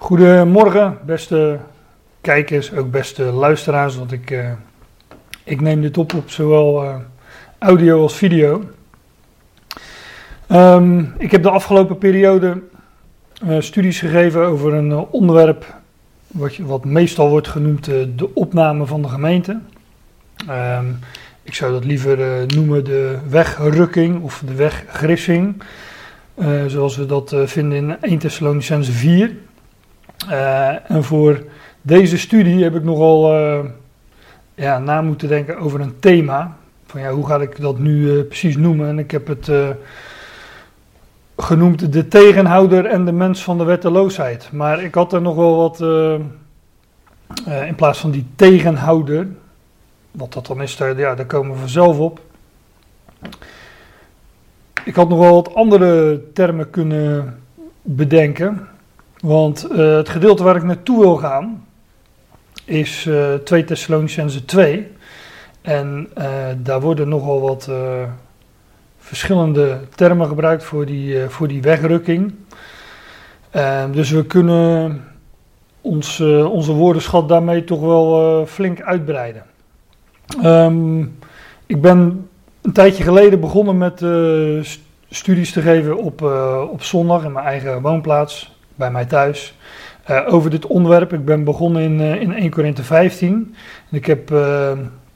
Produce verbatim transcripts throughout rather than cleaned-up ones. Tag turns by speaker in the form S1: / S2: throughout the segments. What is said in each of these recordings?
S1: Goedemorgen, beste kijkers, ook beste luisteraars, want ik, uh, ik neem dit op op zowel uh, audio als video. Um, ik heb de afgelopen periode uh, studies gegeven over een uh, onderwerp wat, wat meestal wordt genoemd uh, de opname van de gemeente. Um, ik zou dat liever uh, noemen de wegrukking of de weggrissing, uh, zoals we dat uh, vinden in Eerste Thessalonicenzen vier. Uh, en voor deze studie heb ik nogal uh, ja, na moeten denken over een thema. Van ja, hoe ga ik dat nu uh, precies noemen? En ik heb het uh, genoemd de tegenhouder en de mens van de wetteloosheid. Maar ik had er nog wel wat, uh, uh, in plaats van die tegenhouder, wat dat dan is, daar, ja, daar komen we vanzelf op. Ik had nog wel wat andere termen kunnen bedenken. Want uh, het gedeelte waar ik naartoe wil gaan is uh, Tweede Thessalonicenzen twee. En uh, daar worden nogal wat uh, verschillende termen gebruikt voor die, uh, voor die wegrukking. Uh, dus we kunnen ons, uh, onze woordenschat daarmee toch wel uh, flink uitbreiden. Um, ik ben een tijdje geleden begonnen met uh, studies te geven op, uh, op zondag in mijn eigen woonplaats. Bij mij thuis, uh, over dit onderwerp. Ik ben begonnen in, uh, in Eerste Korinthe vijftien. En ik heb, uh,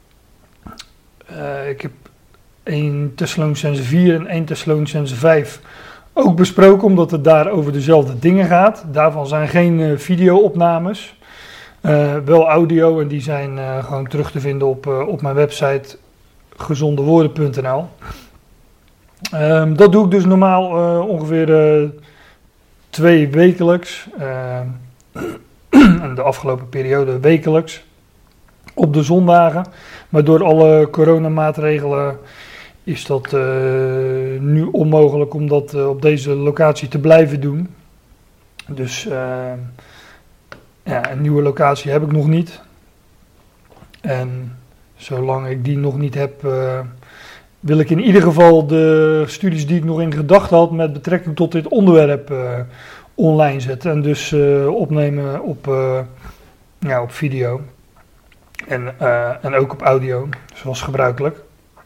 S1: uh, ik heb Eerste Thessalonicenzen vier en Eerste Thessalonicenzen vijf ook besproken, omdat het daar over dezelfde dingen gaat. Daarvan zijn geen uh, video-opnames, uh, wel audio en die zijn uh, gewoon terug te vinden op, uh, op mijn website gezondewoorden punt n l. Um, dat doe ik dus normaal uh, ongeveer... Uh, Twee wekelijks, uh, en de afgelopen periode wekelijks, op de zondagen. Maar door alle coronamaatregelen is dat uh, nu onmogelijk om dat uh, op deze locatie te blijven doen. Dus uh, ja, een nieuwe locatie heb ik nog niet. En zolang ik die nog niet heb, uh, wil ik in ieder geval de studies die ik nog in gedachten had met betrekking tot dit onderwerp uh, online zetten. En dus uh, opnemen op, uh, ja, op video. En, uh, en ook op audio, zoals gebruikelijk.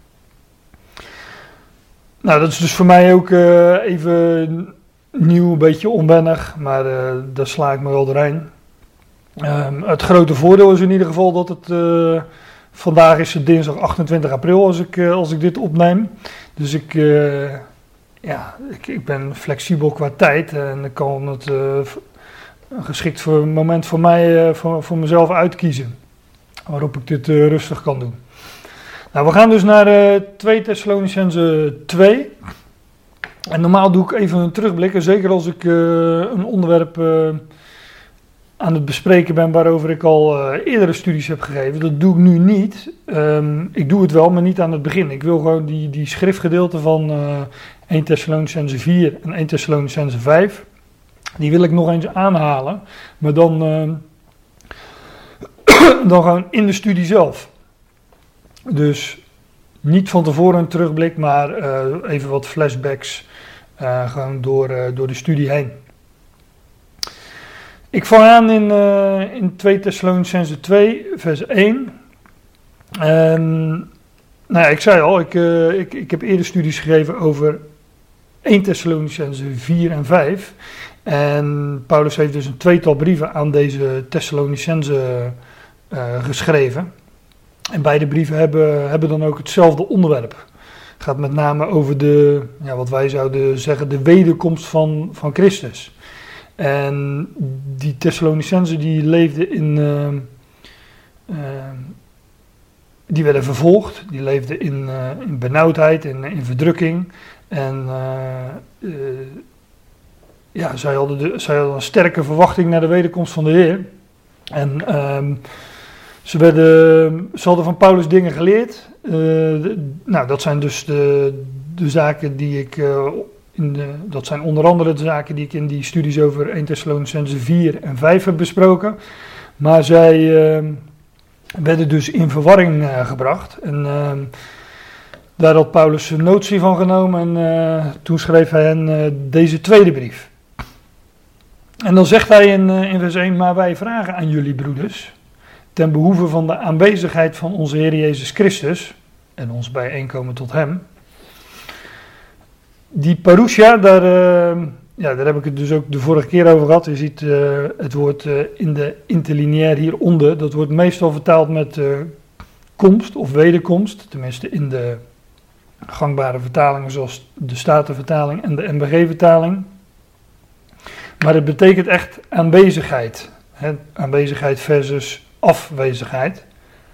S1: Nou, dat is dus voor mij ook uh, even nieuw, een beetje onwennig. Maar uh, daar sla ik me wel doorheen. Um, het grote voordeel is in ieder geval dat het... Uh, Vandaag is het dinsdag achtentwintig april als ik, uh, als ik dit opneem. Dus ik, uh, ja, ik, ik ben flexibel qua tijd en ik kan het uh, een geschikt voor moment voor mij, uh, voor, voor mezelf uitkiezen. Waarop ik dit uh, rustig kan doen. Nou, we gaan dus naar uh, Tweede Thessalonicenzen twee. En normaal doe ik even een terugblik. En zeker als ik uh, een onderwerp... Uh, aan het bespreken ben waarover ik al uh, eerdere studies heb gegeven. Dat doe ik nu niet. Um, ik doe het wel, maar niet aan het begin. Ik wil gewoon die, die schriftgedeelte van uh, Eerste Thessalonicenzen vier en Eerste Thessalonicenzen vijf, die wil ik nog eens aanhalen. Maar dan, uh, dan gewoon in de studie zelf. Dus niet van tevoren een terugblik, maar uh, even wat flashbacks uh, gewoon door, uh, door de studie heen. Ik vang aan in, uh, in Tweede Thessalonicenzen twee, vers één. En, nou ja, ik zei al, ik, uh, ik, ik heb eerder studies gegeven over Eerste Thessalonicenzen vier en vijf. En Paulus heeft dus een tweetal brieven aan deze Thessalonicenzen uh, geschreven. En beide brieven hebben, hebben dan ook hetzelfde onderwerp. Het gaat met name over de, ja, wat wij zouden zeggen, de wederkomst van, van Christus. En die Thessalonicenzen die leefden in, uh, uh, die werden vervolgd, die leefden in, uh, in benauwdheid, in, in verdrukking. En uh, uh, ja, zij hadden, de, zij hadden een sterke verwachting naar de wederkomst van de Heer. En uh, ze, werden, ze hadden van Paulus dingen geleerd. Uh, de, nou, dat zijn dus de, de zaken die ik... Uh, In de, dat zijn onder andere de zaken die ik in die studies over Eerste Thessalonicenzen vier en vijf heb besproken. Maar zij uh, werden dus in verwarring uh, gebracht. En uh, daar had Paulus een notitie van genomen en uh, toen schreef hij hen uh, deze tweede brief. En dan zegt hij in, uh, in vers één, maar wij vragen aan jullie broeders, ten behoeve van de aanwezigheid van onze Heer Jezus Christus, en ons bijeenkomen tot hem. Die parousia, daar, uh, ja, daar heb ik het dus ook de vorige keer over gehad. Je ziet uh, het woord uh, in de interlineair hieronder, dat wordt meestal vertaald met uh, komst of wederkomst, tenminste in de gangbare vertalingen zoals de Statenvertaling en de N B G-vertaling. Maar het betekent echt aanwezigheid. Hè? Aanwezigheid versus afwezigheid.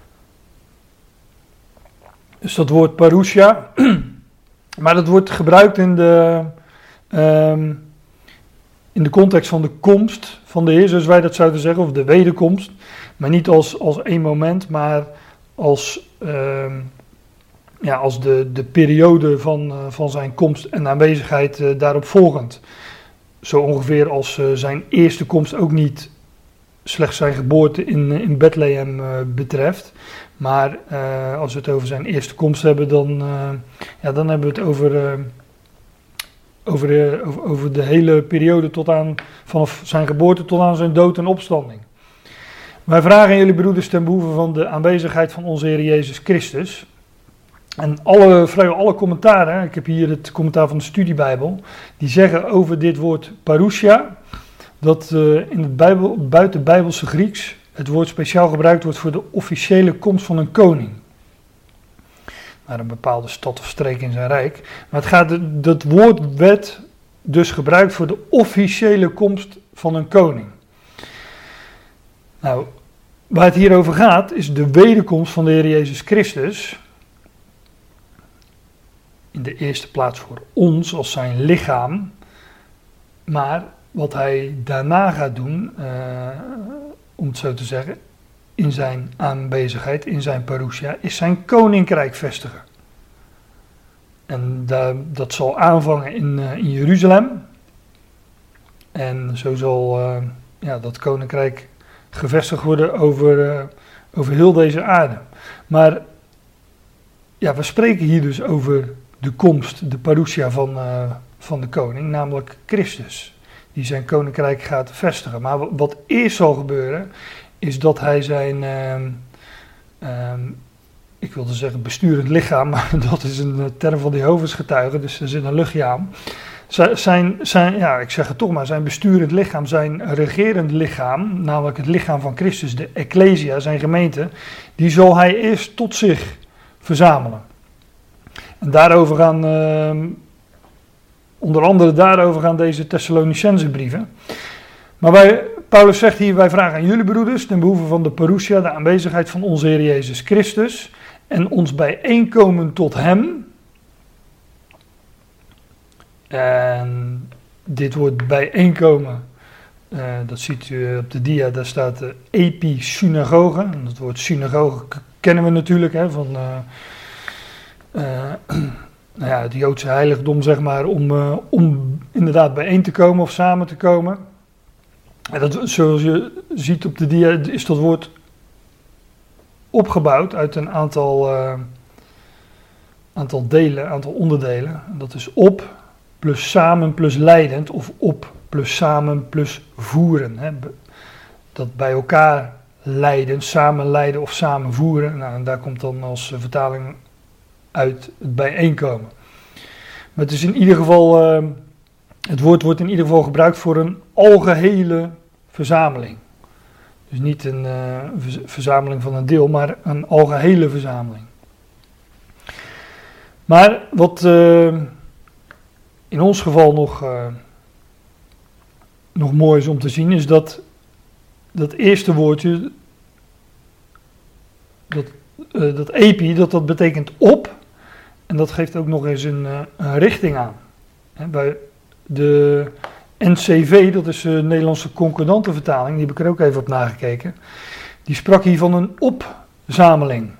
S1: Dus dat woord parousia. Maar dat wordt gebruikt in de, um, in de context van de komst van de Heer, zoals wij dat zouden zeggen, of de wederkomst. Maar niet als, als één moment, maar als, um, ja, als de, de periode van, uh, van zijn komst en aanwezigheid uh, daarop volgend. Zo ongeveer als uh, zijn eerste komst ook niet slechts zijn geboorte in, in Bethlehem uh, betreft. Maar uh, als we het over zijn eerste komst hebben, dan, uh, ja, dan hebben we het over, uh, over, uh, over, over de hele periode tot aan, vanaf zijn geboorte tot aan zijn dood en opstanding. Wij vragen jullie broeders ten behoeve van de aanwezigheid van onze Heer Jezus Christus. En alle, vrijwel alle commentaren, ik heb hier het commentaar van de studiebijbel, die zeggen over dit woord parousia, dat uh, in het Bijbel, buiten Bijbelse Grieks het woord speciaal gebruikt wordt voor de officiële komst van een koning. Naar een bepaalde stad of streek in zijn rijk. Maar het gaat, dat woord werd dus gebruikt voor de officiële komst van een koning. Nou, waar het hier over gaat is de wederkomst van de Heer Jezus Christus. In de eerste plaats voor ons als zijn lichaam. Maar wat hij daarna gaat doen, uh, om het zo te zeggen, in zijn aanwezigheid, in zijn parousia, is zijn koninkrijk vestigen. En da, dat zal aanvangen in, uh, in Jeruzalem. En zo zal uh, ja, dat koninkrijk gevestigd worden over, uh, over heel deze aarde. Maar ja, we spreken hier dus over de komst, de parousia van, uh, van de koning, namelijk Christus, die zijn koninkrijk gaat vestigen. Maar wat eerst zal gebeuren, is dat hij zijn, uh, uh, ik wilde zeggen besturend lichaam, maar dat is een term van de Jehovah's getuigen, dus er zit een luchtje aan. Zijn, zijn, ja, ik zeg het toch maar, zijn besturend lichaam, zijn regerend lichaam, namelijk het lichaam van Christus, de Ecclesia, zijn gemeente, die zal hij eerst tot zich verzamelen. En daarover gaan, uh, onder andere daarover gaan deze Thessalonicense brieven. Maar wij, Paulus zegt hier, wij vragen aan jullie broeders, ten behoeve van de parousia, de aanwezigheid van onze Heer Jezus Christus, en ons bijeenkomen tot hem. En dit woord bijeenkomen, uh, dat ziet u op de dia, daar staat de episynagoge. En dat woord synagoge kennen we natuurlijk, hè, van uh, uh, nou ja, het Joodse heiligdom, zeg maar, om, uh, om inderdaad bijeen te komen of samen te komen. En dat, zoals je ziet op de dia, is dat woord opgebouwd uit een aantal, uh, aantal delen, aantal onderdelen. En dat is op plus samen plus leidend, of op plus samen plus voeren. Hè. Dat bij elkaar leiden, samen leiden of samen voeren. Nou, en daar komt dan als vertaling uit het bijeenkomen. Maar het is in ieder geval, uh, het woord wordt in ieder geval gebruikt voor een algehele verzameling. Dus niet een uh, verzameling van een deel, maar een algehele verzameling. Maar wat uh, in ons geval nog, uh, nog mooi is om te zien, is dat dat eerste woordje, dat, uh, dat epi, dat dat betekent op. En dat geeft ook nog eens een, uh, een richting aan. He, bij de N C V, dat is de Nederlandse concordante vertaling, die heb ik er ook even op nagekeken. Die sprak hier van een opzameling.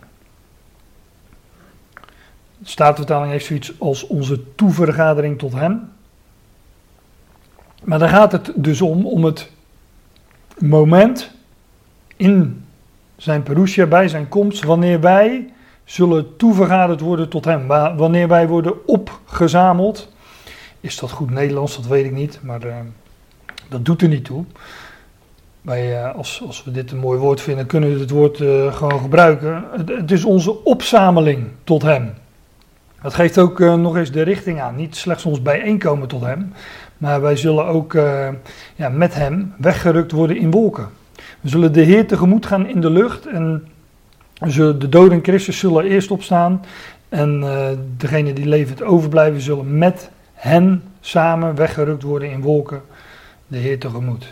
S1: De Statenvertaling heeft zoiets als onze toevergadering tot hem. Maar daar gaat het dus om, om het moment in zijn parousia, bij zijn komst, wanneer wij zullen toevergaderd worden tot hem. Wanneer wij worden opgezameld. Is dat goed Nederlands? Dat weet ik niet. Maar uh, Dat doet er niet toe. Wij, uh, als, als we dit een mooi woord vinden, kunnen we het woord uh, gewoon gebruiken. Het, het is onze opzameling tot hem. Dat geeft ook uh, nog eens de richting aan. Niet slechts ons bijeenkomen tot hem, maar wij zullen ook uh, ja, met hem weggerukt worden in wolken. We zullen de Heer tegemoet gaan in de lucht en zullen, de doden in Christus zullen eerst opstaan. En uh, degenen die levend overblijven zullen met hen samen weggerukt worden in wolken de Heer tegemoet.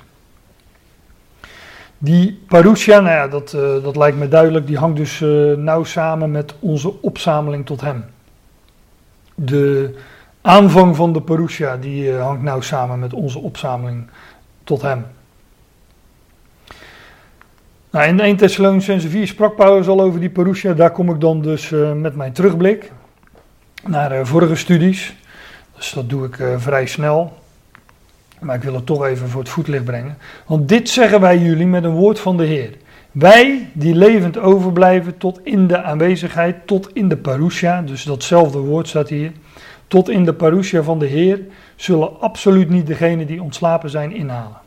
S1: Die parousia, nou ja, dat, uh, dat lijkt me duidelijk, die hangt dus uh, nauw samen met onze opzameling tot hem. De aanvang van de parousia, die uh, hangt nauw samen met onze opzameling tot hem. Nou, in Eerste Thessalonicenzen vier sprak Paulus al over die parousia. Daar kom ik dan dus uh, met mijn terugblik naar uh, vorige studies. Dus dat doe ik uh, vrij snel. Maar ik wil het toch even voor het voetlicht brengen. Want dit zeggen wij jullie met een woord van de Heer. Wij die levend overblijven tot in de aanwezigheid, tot in de parousia. Dus datzelfde woord staat hier. Tot in de parousia van de Heer zullen absoluut niet degenen die ontslapen zijn inhalen.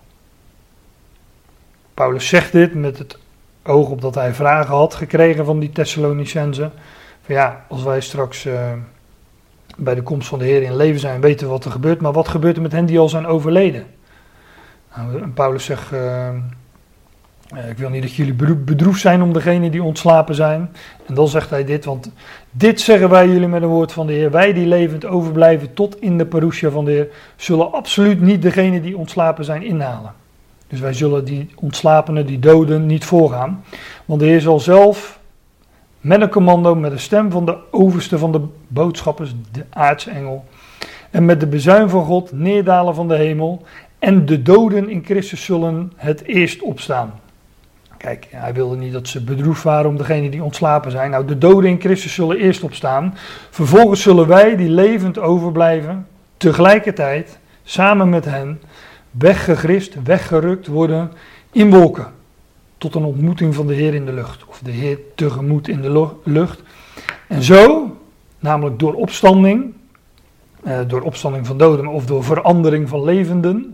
S1: Paulus zegt dit met het oog op dat hij vragen had gekregen van die Thessalonicenzen. Van ja, als wij straks uh, bij de komst van de Heer in leven zijn, weten we wat er gebeurt. Maar wat gebeurt er met hen die al zijn overleden? Nou, Paulus zegt, uh, ik wil niet dat jullie bedroefd zijn om degenen die ontslapen zijn. En dan zegt hij dit, want dit zeggen wij jullie met een woord van de Heer. Wij die levend overblijven tot in de parousia van de Heer, zullen absoluut niet degenen die ontslapen zijn inhalen. Dus wij zullen die ontslapenen, die doden, niet voorgaan. Want de Heer zal zelf met een commando, met de stem van de overste van de boodschappers, de aartsengel, en met de bezuin van God neerdalen van de hemel. En de doden in Christus zullen het eerst opstaan. Kijk, hij wilde niet dat ze bedroefd waren om degenen die ontslapen zijn. Nou, de doden in Christus zullen eerst opstaan. Vervolgens zullen wij, die levend overblijven, tegelijkertijd, samen met hen, weggegrist, weggerukt worden in wolken. Tot een ontmoeting van de Heer in de lucht. Of de Heer tegemoet in de lucht. En zo, namelijk door opstanding, eh, door opstanding van doden of door verandering van levenden.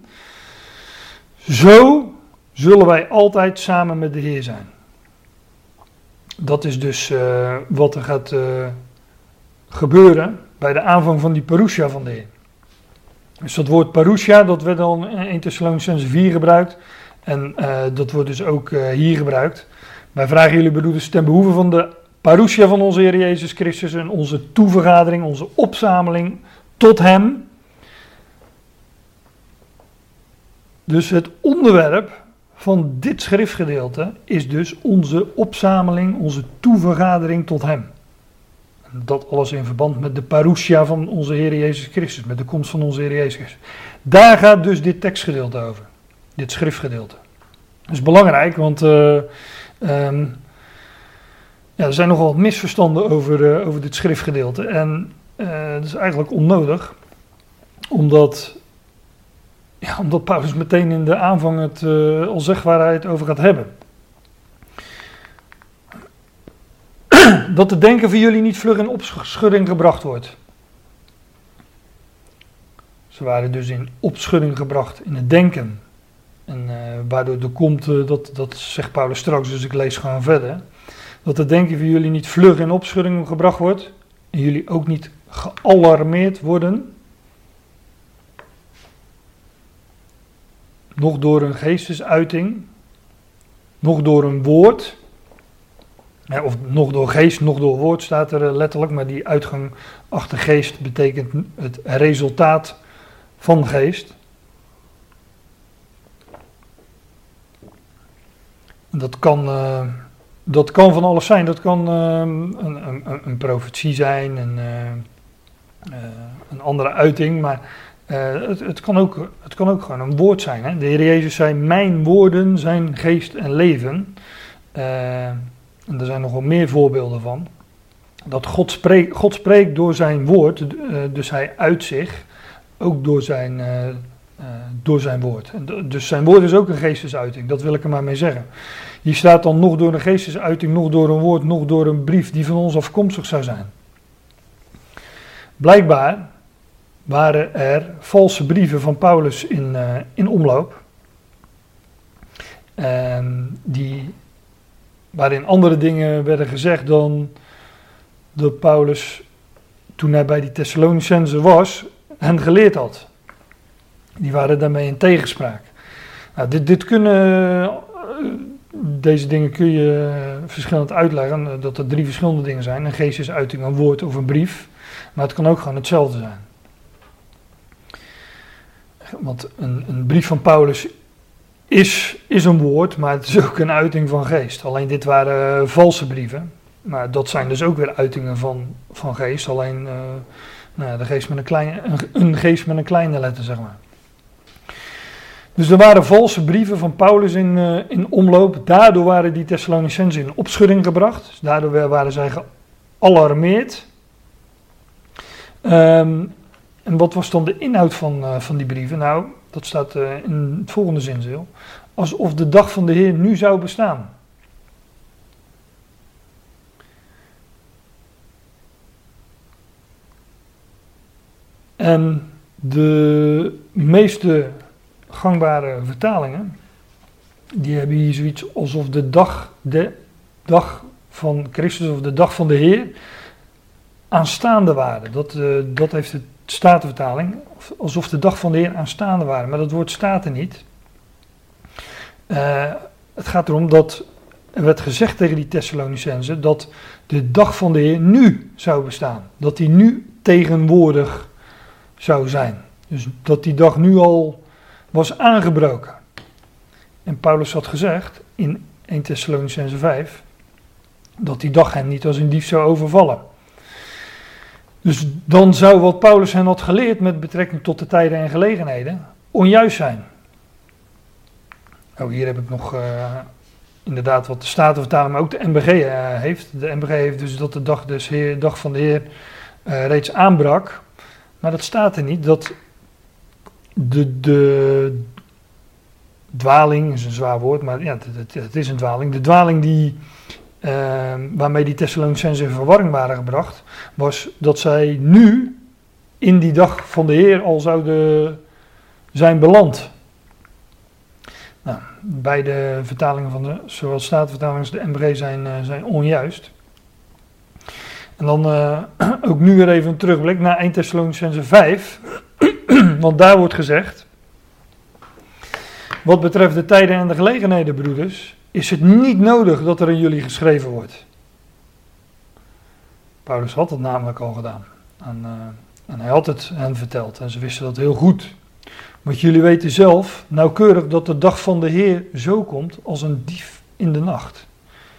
S1: Zo zullen wij altijd samen met de Heer zijn. Dat is dus uh, wat er gaat uh, gebeuren bij de aanvang van die parousia van de Heer. Dus dat woord parousia, dat werd al in Eerste Thessalonicenzen vier gebruikt. En uh, dat wordt dus ook uh, hier gebruikt. Wij vragen jullie broeders ten behoeve van de parousia van onze Heer Jezus Christus en onze toevergadering, onze opzameling tot hem. Dus het onderwerp van dit schriftgedeelte is dus onze opzameling, onze toevergadering tot hem. En dat alles in verband met de parousia van onze Heer Jezus Christus, met de komst van onze Heer Jezus Christus. Daar gaat dus dit tekstgedeelte over, dit schriftgedeelte. Dat is belangrijk, want uh, um, ja, er zijn nogal wat misverstanden over, uh, over dit schriftgedeelte. En uh, dat is eigenlijk onnodig, omdat... Ja, omdat Paulus meteen in de aanvang het uh, al zegt waar hij het over gaat hebben. Dat de denken van jullie niet vlug in opschudding gebracht wordt. Ze waren dus in opschudding gebracht in het denken. En uh, waardoor er komt, uh, dat, dat zegt Paulus straks, dus ik lees gewoon verder. Dat de denken van jullie niet vlug in opschudding gebracht wordt. En jullie ook niet gealarmeerd worden. Nog door een geestesuiting, nog door een woord, of nog door geest, nog door woord staat er letterlijk, maar die uitgang achter geest betekent het resultaat van geest. Dat kan, uh, dat kan van alles zijn, dat kan uh, een, een, een profetie zijn, een, uh, uh, een andere uiting, maar... Uh, het, het, kan ook, het kan ook gewoon een woord zijn. Hè? De Heer Jezus zei, mijn woorden zijn geest en leven. Uh, en er zijn nog wel meer voorbeelden van. Dat God spreekt, God spreekt door zijn woord, uh, dus hij uit zich, ook door zijn, uh, uh, door zijn woord. En dus zijn woord is ook een geestesuiting, dat wil ik er maar mee zeggen. Hier staat dan nog door een geestesuiting, nog door een woord, nog door een brief die van ons afkomstig zou zijn. Blijkbaar waren er valse brieven van Paulus in, uh, in omloop. En die, waarin andere dingen werden gezegd dan dat Paulus, toen hij bij die Thessalonicenzen was, hen geleerd had. Die waren daarmee in tegenspraak. Nou, dit, dit kunnen, deze dingen kun je verschillend uitleggen, dat er drie verschillende dingen zijn. Een geestesuiting, een woord of een brief. Maar het kan ook gewoon hetzelfde zijn. Want een, een brief van Paulus is, is een woord, maar het is ook een uiting van geest. Alleen dit waren valse brieven. Maar dat zijn dus ook weer uitingen van, van geest. Alleen uh, nou, de geest met een, kleine, een, een geest met een kleine letter, zeg maar. Dus er waren valse brieven van Paulus in, uh, in omloop. Daardoor waren die Thessalonicenzen in opschudding gebracht. Dus daardoor waren zij gealarmeerd. Um, en wat was dan de inhoud van, uh, van die brieven? Nou, dat staat uh, in het volgende zinzeel. Alsof de dag van de Heer nu zou bestaan. En de meeste gangbare vertalingen, die hebben hier zoiets alsof de dag, de dag van Christus of de dag van de Heer aanstaande waren. Dat, uh, dat heeft de Statenvertaling, alsof de dag van de Heer aanstaande waren. Maar dat woord staat er niet. Uh, het gaat erom dat er werd gezegd tegen die Thessalonicenzen dat de dag van de Heer nu zou bestaan. Dat die nu tegenwoordig zou zijn. Dus dat die dag nu al was aangebroken. En Paulus had gezegd in eerste Thessalonicenzen vijf dat die dag hen niet als een dief zou overvallen. Dus dan zou wat Paulus hen had geleerd met betrekking tot de tijden en gelegenheden onjuist zijn. Oh, hier heb ik nog uh, inderdaad wat de Statenvertaling, maar ook de N B G uh, heeft. De N B G heeft dus dat de dag, dus heer, dag van de Heer uh, reeds aanbrak. Maar dat staat er niet, dat de, de dwaling, is een zwaar woord, maar ja, het, het, het is een dwaling. De dwaling die, uh, waarmee die Thessalonicenzen in verwarring waren gebracht, was dat zij nu in die dag van de Heer al zouden zijn beland. Nou, beide vertalingen van de, zowel Statenvertaling als de N B G zijn, uh, zijn onjuist. En dan uh, ook nu weer even een terugblik naar eerste Thessalonicenzen vijf. Want daar wordt gezegd, wat betreft de tijden en de gelegenheden, broeders, is het niet nodig dat er aan jullie geschreven wordt. Paulus had het namelijk al gedaan. En, uh, en hij had het hen verteld en ze wisten dat heel goed. Want jullie weten zelf nauwkeurig dat de dag van de Heer zo komt als een dief in de nacht.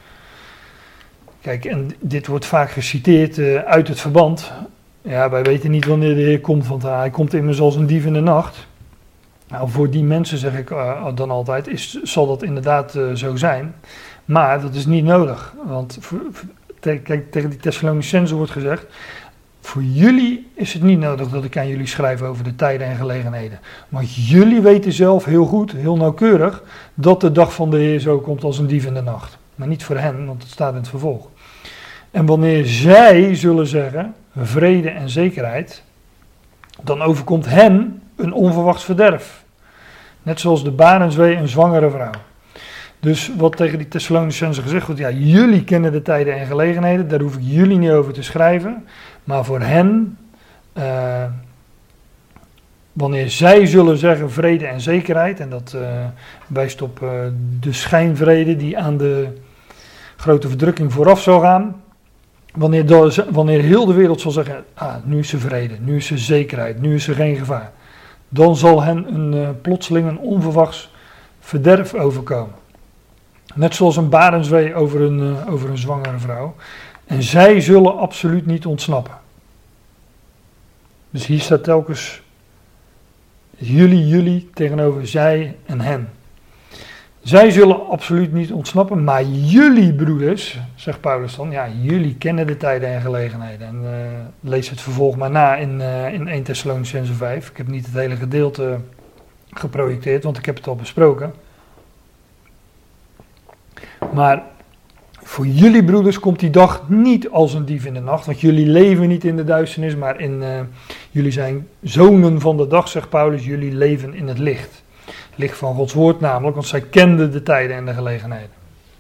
S1: Kijk, en dit wordt vaak geciteerd uh, uit het verband. Ja, wij weten niet wanneer de Heer komt, want uh, hij komt immers als een dief in de nacht. Nou, voor die mensen zeg ik uh, dan altijd, is, zal dat inderdaad uh, zo zijn. Maar dat is niet nodig. Want voor, voor, te, kijk, tegen die Thessalonicenzen wordt gezegd, voor jullie is het niet nodig dat ik aan jullie schrijf over de tijden en gelegenheden. Want jullie weten zelf heel goed, heel nauwkeurig, dat de dag van de Heer zo komt als een dief in de nacht. Maar niet voor hen, want het staat in het vervolg. En wanneer zij zullen zeggen, vrede en zekerheid, dan overkomt hen een onverwachts verderf. Net zoals de barenswee een zwangere vrouw. Dus wat tegen die Thessalonicenzen gezegd wordt, ja, jullie kennen de tijden en gelegenheden, daar hoef ik jullie niet over te schrijven. Maar voor hen, uh, wanneer zij zullen zeggen vrede en zekerheid, en dat uh, wijst op uh, de schijnvrede die aan de grote verdrukking vooraf zal gaan. Wanneer, de, wanneer heel de wereld zal zeggen, ah, nu is er vrede, nu is er zekerheid, nu is er geen gevaar. Dan zal hen een uh, plotseling een onverwachts verderf overkomen. Net zoals een barenswee over een, uh, over een zwangere vrouw. En zij zullen absoluut niet ontsnappen. Dus hier staat telkens jullie, jullie tegenover zij en hen. Zij zullen absoluut niet ontsnappen, maar jullie broeders, zegt Paulus dan, ja, jullie kennen de tijden en gelegenheden. En uh, lees het vervolg maar na in, uh, in eerste Thessalonicenzen vijf. Ik heb niet het hele gedeelte geprojecteerd, want ik heb het al besproken. Maar voor jullie broeders komt die dag niet als een dief in de nacht, want jullie leven niet in de duisternis, maar in, uh, jullie zijn zonen van de dag, zegt Paulus, jullie leven in het licht. licht van Gods woord namelijk, want zij kenden de tijden en de gelegenheden.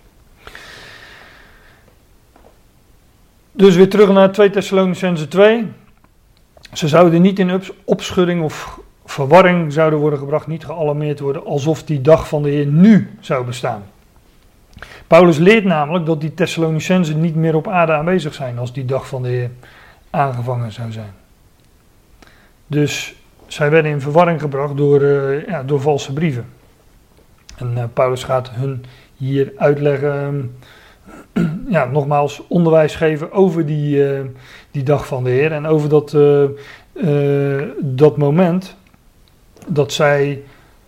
S1: Dus weer terug naar twee Thessalonicenzen twee. Ze zouden niet in opschudding of verwarring zouden worden gebracht, niet gealarmeerd worden, alsof die dag van de Heer nu zou bestaan. Paulus leert namelijk dat die Thessalonicenzen niet meer op aarde aanwezig zijn als die dag van de Heer aangevangen zou zijn. Dus zij werden in verwarring gebracht door, uh, ja, door valse brieven. En uh, Paulus gaat hun hier uitleggen, uh, ja, nogmaals onderwijs geven over die, uh, die dag van de Heer. En over dat, uh, uh, dat moment dat zij,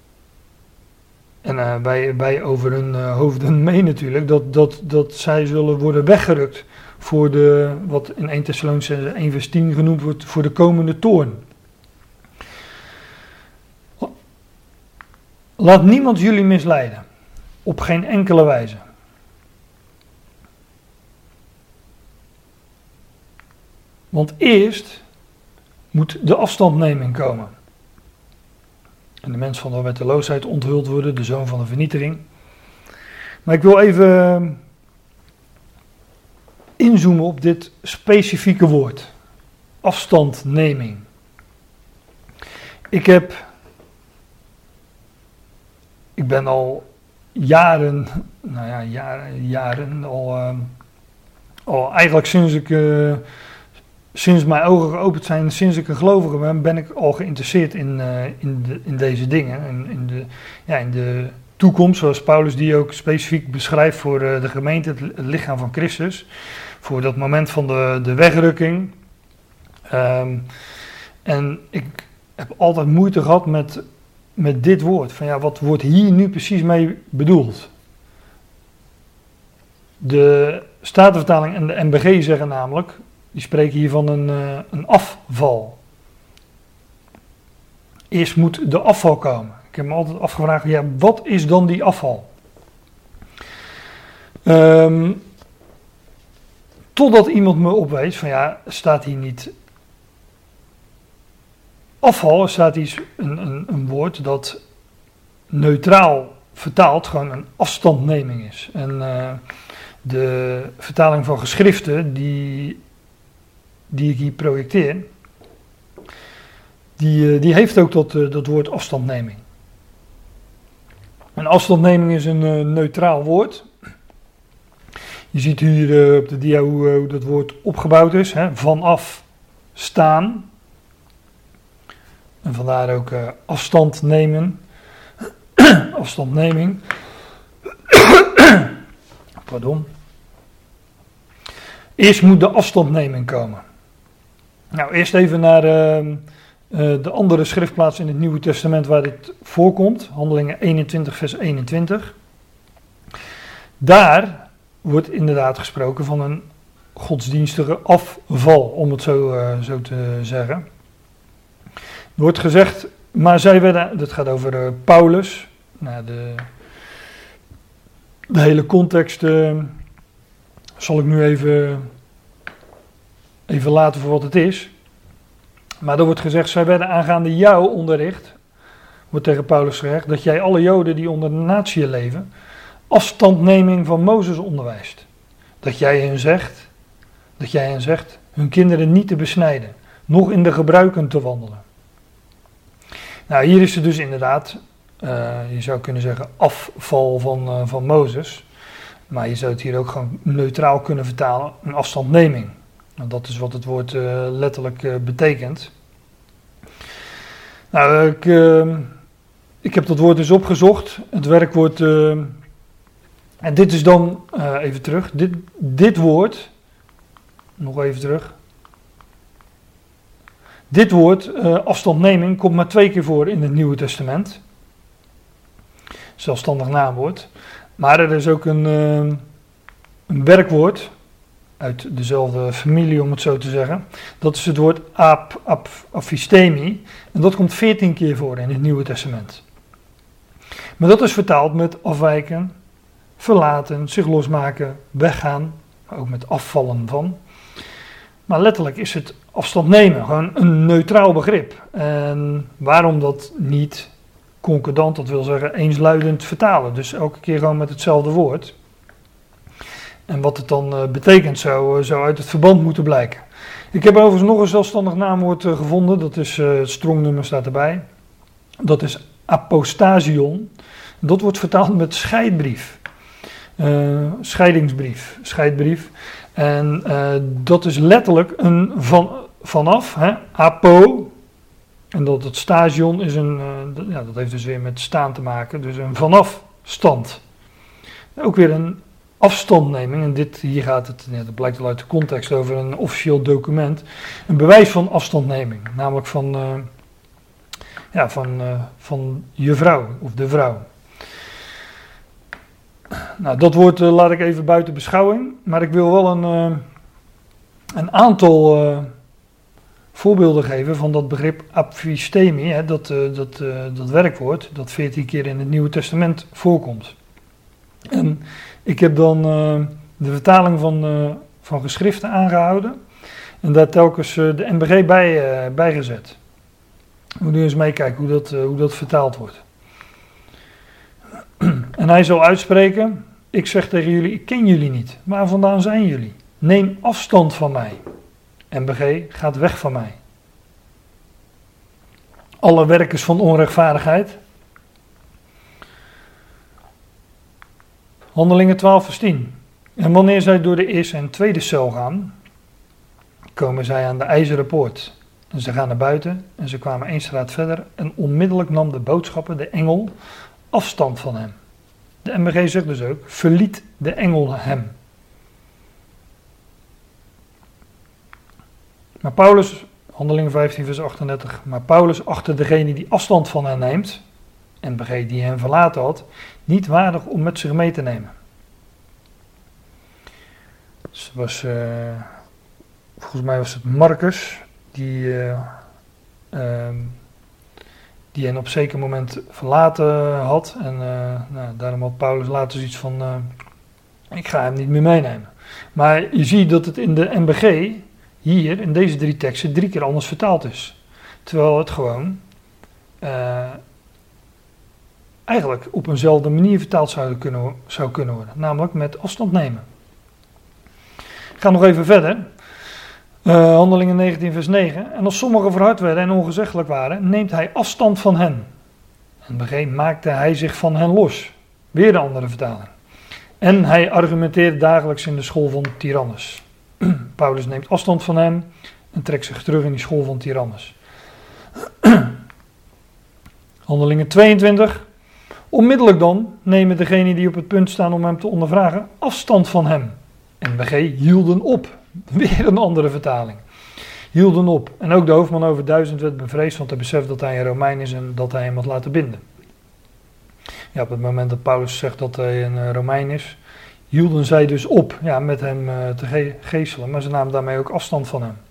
S1: en uh, wij, wij over hun uh, hoofden mee natuurlijk, dat, dat, dat zij zullen worden weggerukt voor de, wat in eerste Thessalonicenzen één vers tien genoemd wordt, voor de komende toorn. Laat niemand jullie misleiden, op geen enkele wijze. Want eerst moet de afstandneming komen. En de mens van de wetteloosheid onthuld worden, de zoon van de vernietiging. Maar ik wil even inzoomen op dit specifieke woord. Afstandneming. Ik heb... Ik ben al jaren, nou ja, jaren, jaren al, uh, al eigenlijk sinds ik, uh, sinds mijn ogen geopend zijn, sinds ik een gelovige ben, ben ik al geïnteresseerd in, uh, in, de, in deze dingen. In, in, de, ja, in de toekomst, zoals Paulus die ook specifiek beschrijft voor uh, de gemeente, het, het lichaam van Christus. Voor dat moment van de, de wegrukking. Um, en ik heb altijd moeite gehad met... met dit woord, van ja, wat wordt hier nu precies mee bedoeld? De Statenvertaling en de N B G zeggen namelijk, die spreken hier van een, uh, een afval. Eerst moet de afval komen. Ik heb me altijd afgevraagd, ja, wat is dan die afval? Um, totdat iemand me opwees van ja, staat hier niet... Afval staat iets, een, een, een woord dat neutraal vertaald gewoon een afstandneming is. En uh, de vertaling van geschriften die, die ik hier projecteer, die, uh, die heeft ook dat, uh, dat woord afstandneming. Een afstandneming is een uh, neutraal woord. Je ziet hier uh, op de dia hoe, uh, hoe dat woord opgebouwd is. Hè? Vanaf staan. En vandaar ook uh, afstand nemen. Afstandneming. Pardon. Eerst moet de afstandneming komen. Nou, eerst even naar uh, uh, de andere schriftplaats in het Nieuwe Testament waar dit voorkomt. Handelingen eenentwintig vers eenentwintig. Daar wordt inderdaad gesproken van een godsdienstige afval, om het zo, uh, zo te zeggen. Er wordt gezegd, maar zij werden, dat gaat over uh, Paulus, nou, de, de hele context uh, zal ik nu even, even laten voor wat het is. Maar er wordt gezegd, zij werden aangaande jou onderricht, wordt tegen Paulus gezegd, dat jij alle Joden die onder de natie leven, afstandneming van Mozes onderwijst. Dat jij hen zegt, dat jij hen zegt, hun kinderen niet te besnijden, nog in de gebruiken te wandelen. Nou, hier is het dus inderdaad, uh, je zou kunnen zeggen, afval van, uh, van Mozes. Maar je zou het hier ook gewoon neutraal kunnen vertalen, een afstandneming. Nou, dat is wat het woord uh, letterlijk uh, betekent. Nou, ik, uh, ik heb dat woord dus opgezocht. Het werkwoord, uh, en dit is dan, uh, even terug, dit, dit woord, nog even terug. Dit woord, uh, afstandneming, komt maar twee keer voor in het Nieuwe Testament. Zelfstandig naamwoord. Maar er is ook een, uh, een werkwoord uit dezelfde familie, om het zo te zeggen. Dat is het woord ap, ap, aphistemi. En dat komt veertien keer voor in het Nieuwe Testament. Maar dat is vertaald met afwijken, verlaten, zich losmaken, weggaan. Maar ook met afvallen van. Maar letterlijk is het afstand nemen, gewoon een neutraal begrip. En waarom dat niet concordant, dat wil zeggen eensluidend vertalen. Dus elke keer gewoon met hetzelfde woord. En wat het dan uh, betekent zou, uh, zou uit het verband moeten blijken. Ik heb overigens nog een zelfstandig naamwoord uh, gevonden. Dat is, uh, het strongnummer staat erbij. Dat is apostasion. Dat wordt vertaald met scheidbrief. Uh, scheidingsbrief. Scheidbrief. En uh, dat is letterlijk een van, vanaf. Hè, apo. En dat het station is een. Uh, dat, ja, dat heeft dus weer met staan te maken. Dus een vanafstand. Ook weer een afstandneming, en dit, hier gaat het, ja, dat blijkt wel uit de context, over een officieel document, een bewijs van afstandneming, namelijk van, uh, ja, van, uh, van je vrouw, of de vrouw. Nou, dat woord uh, laat ik even buiten beschouwing, maar ik wil wel een, uh, een aantal uh, voorbeelden geven van dat begrip apphistemi, hè, dat, uh, dat, uh, dat werkwoord, dat veertien keer in het Nieuwe Testament voorkomt. En ik heb dan uh, de vertaling van, uh, van geschriften aangehouden en daar telkens uh, de M B G bij, uh, bijgezet. We moeten eens meekijken hoe dat, uh, hoe dat vertaald wordt. En hij zal uitspreken, ik zeg tegen jullie, ik ken jullie niet. Waar vandaan zijn jullie? Neem afstand van mij. M B G gaat weg van mij. Alle werkers van onrechtvaardigheid. Handelingen twaalf vers tien. En wanneer zij door de eerste en tweede cel gaan, komen zij aan de ijzeren poort. En ze gaan naar buiten en ze kwamen één straat verder en onmiddellijk nam de boodschapper, de engel, afstand van hem. De M B G zegt dus ook, verliet de engel hem. Maar Paulus, Handelingen vijftien vers achtendertig, maar Paulus achtte degene die afstand van hen neemt, M B G die hem verlaten had, niet waardig om met zich mee te nemen. Dus was, uh, volgens mij was het Marcus, die, uh, uh, die hen op een zeker moment verlaten had. En uh, nou, daarom had Paulus later zoiets van, uh, ik ga hem niet meer meenemen. Maar je ziet dat het in de M B G, hier, in deze drie teksten, drie keer anders vertaald is. Terwijl het gewoon Uh, eigenlijk op eenzelfde manier vertaald zou kunnen, zou kunnen worden. Namelijk met afstand nemen. Ik ga nog even verder. Uh, Handelingen negentien vers negen. En als sommigen verhard werden en ongezeggelijk waren, neemt hij afstand van hen. En begin maakte hij zich van hen los. Weer de andere vertaling. En hij argumenteerde dagelijks in de school van Tyrannus. Paulus neemt afstand van hem en trekt zich terug in die school van Tyrannus. Handelingen tweeëntwintig. Onmiddellijk dan nemen degenen die op het punt staan om hem te ondervragen afstand van hem. En B G hielden op. Weer een andere vertaling. Hielden op. En ook de hoofdman over duizend werd bevreesd, want hij beseft dat hij een Romein is en dat hij hem had laten binden. Ja, op het moment dat Paulus zegt dat hij een Romein is, hielden zij dus op ja, met hem uh, te ge- geeselen, maar ze namen daarmee ook afstand van hem.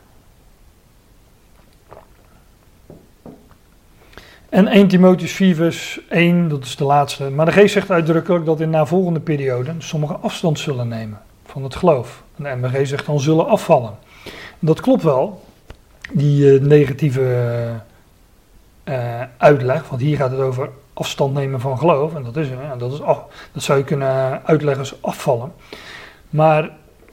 S1: En eerste Timotheüs vier vers één, dat is de laatste. Maar de geest zegt uitdrukkelijk dat in navolgende perioden sommigen afstand zullen nemen van het geloof. En de M B G zegt dan zullen afvallen. En dat klopt wel, die uh, negatieve uh, uitleg, want hier gaat het over afstand nemen van geloof. En dat is, ja, dat, is af, dat zou je kunnen uitleggen als afvallen. Maar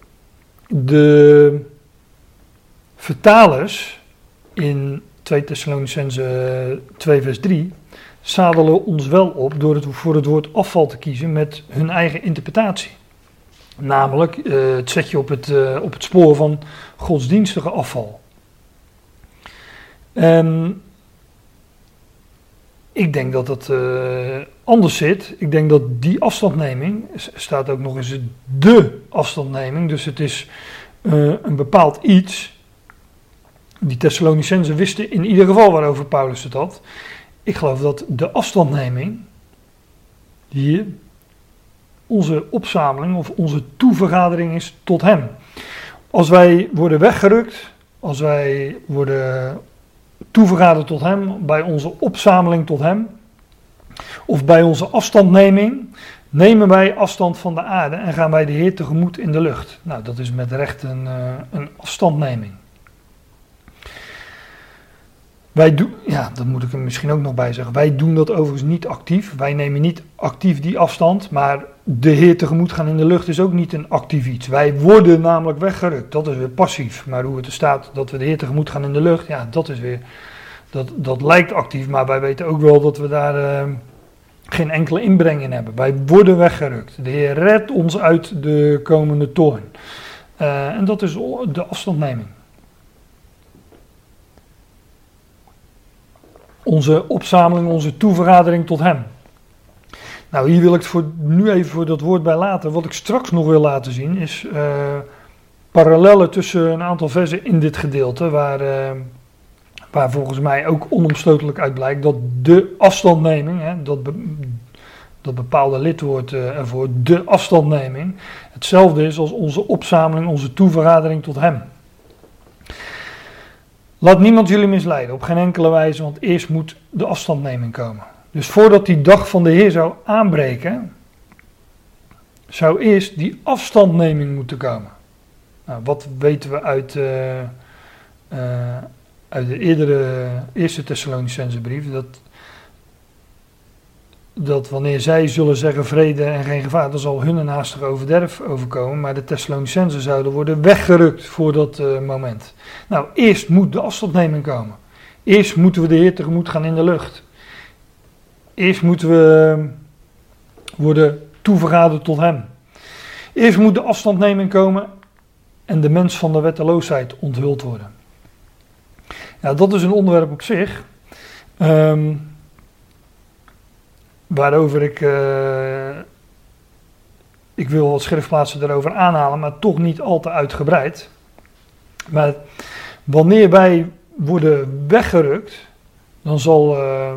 S1: de vertalers in twee Thessalonicenzen twee vers drie zadelen ons wel op door het, voor het woord afval te kiezen met hun eigen interpretatie. Namelijk uh, het zet je op het, uh, op het spoor van godsdienstige afval. En ik denk dat het uh, anders zit. Ik denk dat die afstandneming, staat ook nog eens de afstandneming, dus het is uh, een bepaald iets. Die Thessalonicenzen wisten in ieder geval waarover Paulus het had. Ik geloof dat de afstandneming hier onze opzameling of onze toevergadering is tot hem. Als wij worden weggerukt, als wij worden toevergaderd tot hem, bij onze opzameling tot hem, of bij onze afstandneming, nemen wij afstand van de aarde en gaan wij de Heer tegemoet in de lucht. Nou, dat is met recht een, uh, een afstandneming. Wij doen, ja, dat moet ik er misschien ook nog bij zeggen. Wij doen dat overigens niet actief. Wij nemen niet actief die afstand, maar de Heer tegemoet gaan in de lucht is ook niet een actief iets. Wij worden namelijk weggerukt, dat is weer passief. Maar hoe het er staat dat we de Heer tegemoet gaan in de lucht, ja, dat is weer, dat, dat lijkt actief. Maar wij weten ook wel dat we daar uh, geen enkele inbreng in hebben. Wij worden weggerukt. De Heer redt ons uit de komende toorn. Uh, en dat is de afstandneming. Onze opzameling, onze toevergadering tot hem. Nou, hier wil ik het voor, nu even voor dat woord bij laten. Wat ik straks nog wil laten zien is uh, parallellen tussen een aantal versen in dit gedeelte. Waar, uh, waar volgens mij ook onomstotelijk uit blijkt dat de afstandneming, hè, dat, be, dat bepaalde lidwoord uh, ervoor, de afstandneming, hetzelfde is als onze opzameling, onze toevergadering tot hem. Laat niemand jullie misleiden, op geen enkele wijze, want eerst moet de afstandneming komen. Dus voordat die dag van de Heer zou aanbreken, zou eerst die afstandneming moeten komen. Nou, wat weten we uit, uh, uh, uit de eerdere eerste Thessalonicense brief? Dat, dat wanneer zij zullen zeggen vrede en geen gevaar, dan zal hun een haastig overderf overkomen. Maar de Thessalonicenzen zouden worden weggerukt voor dat uh, moment. Nou, eerst moet de afstandneming komen. Eerst moeten we de Heer tegemoet gaan in de lucht. Eerst moeten we worden toevergaderd tot hem. Eerst moet de afstandneming komen en de mens van de wetteloosheid onthuld worden. Ja, dat is een onderwerp op zich. Um, waarover ik... Uh, ik wil wat schriftplaatsen daarover aanhalen, maar toch niet al te uitgebreid. Maar wanneer wij worden weggerukt, dan zal... Uh,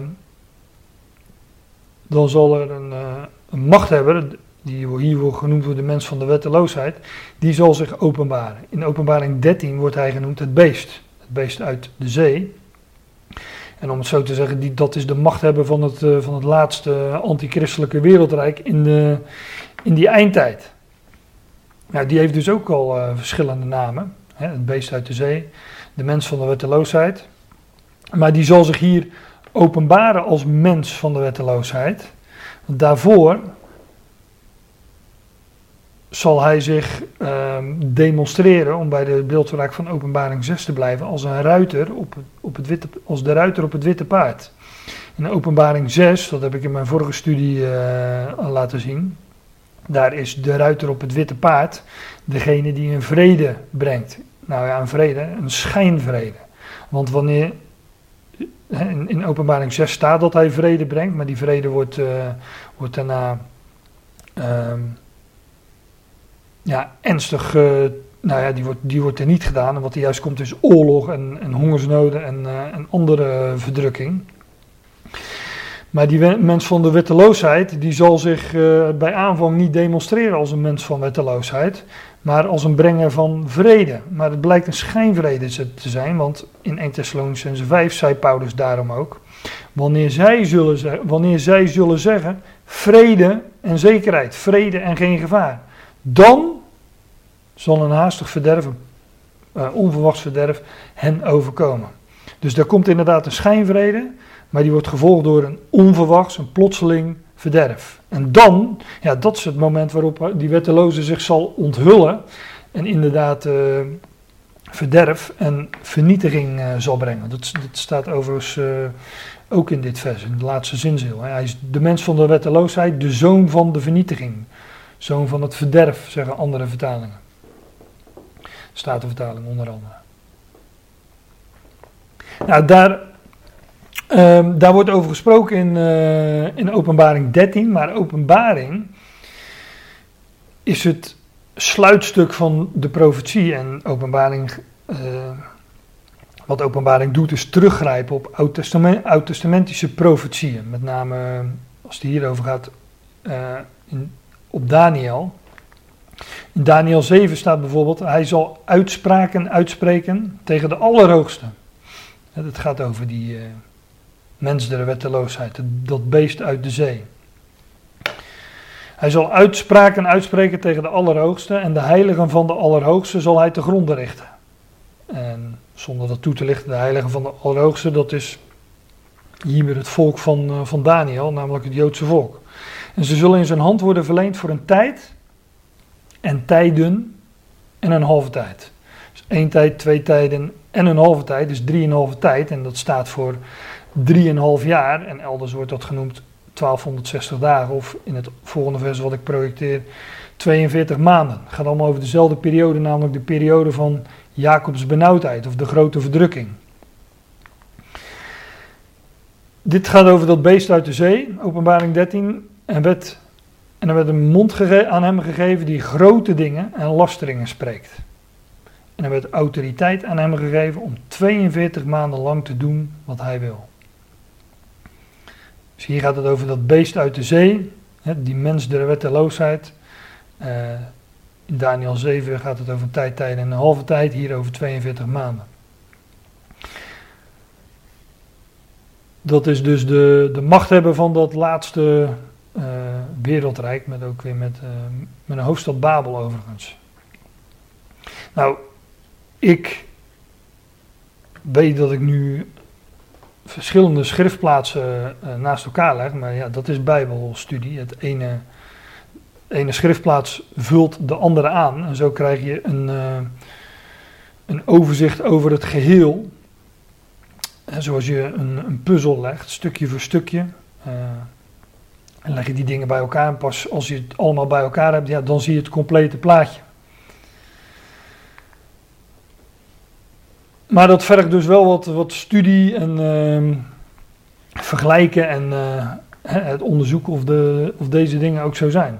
S1: dan zal er een, uh, een machthebber, die hier wordt genoemd wordt de mens van de wetteloosheid, die zal zich openbaren. In Openbaring dertien wordt hij genoemd het beest, het beest uit de zee. En om het zo te zeggen, die, dat is de machthebber van het, uh, van het laatste antichristelijke wereldrijk in, de, in die eindtijd. Nou, die heeft dus ook al uh, verschillende namen. Hè, het beest uit de zee, de mens van de wetteloosheid. Maar die zal zich hier openbaren als mens van de wetteloosheid. Want daarvoor zal hij zich uh, demonstreren, om bij de beeldspraak van Openbaring zes te blijven, als een ruiter op, op het witte, als de ruiter op het witte paard. In Openbaring zes, dat heb ik in mijn vorige studie uh, al laten zien, daar is de ruiter op het witte paard degene die een vrede brengt. Nou ja, een vrede, een schijnvrede. Want wanneer... In, in Openbaring zes staat dat hij vrede brengt, maar die vrede wordt, uh, wordt daarna uh, ja, ernstig, uh, nou ja, die wordt, die wordt er niet gedaan. En wat er juist komt is oorlog en, en hongersnoden en, uh, en andere verdrukking. Maar die we, mens van de wetteloosheid, die zal zich uh, bij aanvang niet demonstreren als een mens van wetteloosheid, maar als een brenger van vrede. Maar het blijkt een schijnvrede te zijn, want in Eerste Thessalonicenzen vijf zei Paulus daarom ook, wanneer zij, zullen ze, wanneer zij zullen zeggen, vrede en zekerheid, vrede en geen gevaar, dan zal een haastig verderven, uh, onverwachts verderf, hen overkomen. Dus daar komt inderdaad een schijnvrede, maar die wordt gevolgd door een onverwachts, een plotseling verderf. En dan, ja, dat is het moment waarop die wetteloze zich zal onthullen en inderdaad uh, verderf en vernietiging uh, zal brengen. Dat, dat staat overigens uh, ook in dit vers, in de laatste zinzeel. Hij is de mens van de wetteloosheid, de zoon van de vernietiging. Zoon van het verderf, zeggen andere vertalingen. Statenvertaling onder andere. Nou, daar... Um, daar wordt over gesproken in, uh, in Openbaring dertien, maar Openbaring is het sluitstuk van de profetie. En Openbaring, uh, wat Openbaring doet is teruggrijpen op Oud-Testament, oud-testamentische profetieën. Met name als het hierover gaat uh, in, op Daniel. In Daniel zeven staat bijvoorbeeld, hij zal uitspraken uitspreken tegen de Allerhoogste. Het gaat over die... Uh, mens der wetteloosheid, dat beest uit de zee. Hij zal uitspraken uitspreken tegen de Allerhoogste en de heiligen van de Allerhoogste zal hij te gronde richten. En zonder dat toe te lichten, de heiligen van de Allerhoogste, dat is hier weer het volk van, uh, van Daniel, namelijk het Joodse volk. En ze zullen in zijn hand worden verleend voor een tijd en tijden en een halve tijd. Dus één tijd, twee tijden en een halve tijd, dus drieënhalve tijd. En dat staat voor drieënhalf jaar. En elders wordt dat genoemd twaalfhonderdzestig dagen. Of in het volgende vers wat ik projecteer, tweeënveertig maanden. Het gaat allemaal over dezelfde periode, namelijk de periode van Jacobs benauwdheid of de grote verdrukking. Dit gaat over dat beest uit de zee, Openbaring dertien. En, werd, en er werd een mond gege- aan hem gegeven die grote dingen en lasteringen spreekt. En er werd autoriteit aan hem gegeven om tweeënveertig maanden lang te doen wat hij wil. Dus hier gaat het over dat beest uit de zee, hè, die mens der wetteloosheid. Uh, in Daniel zeven gaat het over een tijd, tijd en een halve tijd, hier over tweeënveertig maanden. Dat is dus de, de machthebber van dat laatste uh, wereldrijk, met ook weer met, uh, met een hoofdstad Babel overigens. Nou, ik weet dat ik nu verschillende schriftplaatsen uh, naast elkaar leg, maar ja, dat is bijbelstudie. Het ene, ene schriftplaats vult de andere aan en zo krijg je een, uh, een overzicht over het geheel. En zoals je een, een puzzel legt, stukje voor stukje. Uh, en leg je die dingen bij elkaar en pas als je het allemaal bij elkaar hebt, ja, dan zie je het complete plaatje. Maar dat vergt dus wel wat, wat studie en uh, vergelijken en uh, het onderzoeken of, de, of deze dingen ook zo zijn.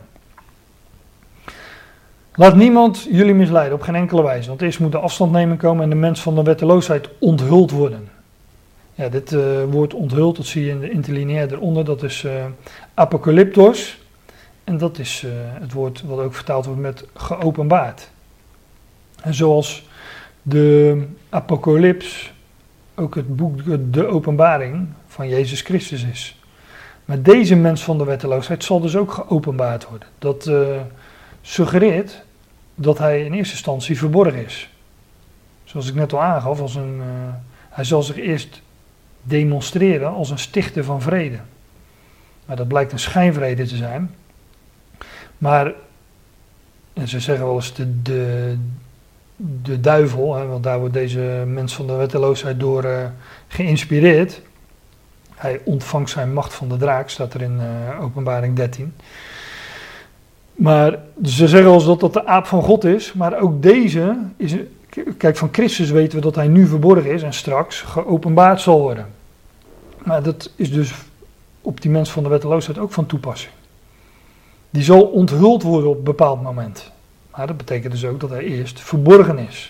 S1: Laat niemand jullie misleiden, op geen enkele wijze. Want eerst moet de afstandneming komen en de mens van de wetteloosheid onthuld worden. Ja, dit uh, woord onthuld, dat zie je in de interlineair eronder, dat is uh, apocalyptos. En dat is uh, het woord wat ook vertaald wordt met geopenbaard. En zoals de apocalyps ook het boek De Openbaring van Jezus Christus is. Maar deze mens van de wetteloosheid zal dus ook geopenbaard worden. Dat uh, suggereert dat hij in eerste instantie verborgen is. Zoals ik net al aangaf, als een, uh, hij zal zich eerst demonstreren als een stichter van vrede. Maar dat blijkt een schijnvrede te zijn. Maar, en ze zeggen wel eens de, de, de duivel, hè, want daar wordt deze mens van de wetteloosheid door uh, geïnspireerd. Hij ontvangt zijn macht van de draak, staat er in uh, Openbaring dertien. Maar ze zeggen wel eens dat dat de aap van God is, maar ook deze is, kijk, van Christus weten we dat hij nu verborgen is en straks geopenbaard zal worden. Maar dat is dus op die mens van de wetteloosheid ook van toepassing. Die zal onthuld worden op een bepaald moment. Maar dat betekent dus ook dat hij eerst verborgen is.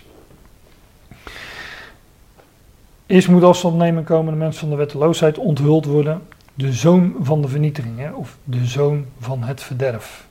S1: Eerst moet afstandneming komen, de mens van de wetteloosheid onthuld worden. De zoon van de vernietiging, hè, of de zoon van het verderf.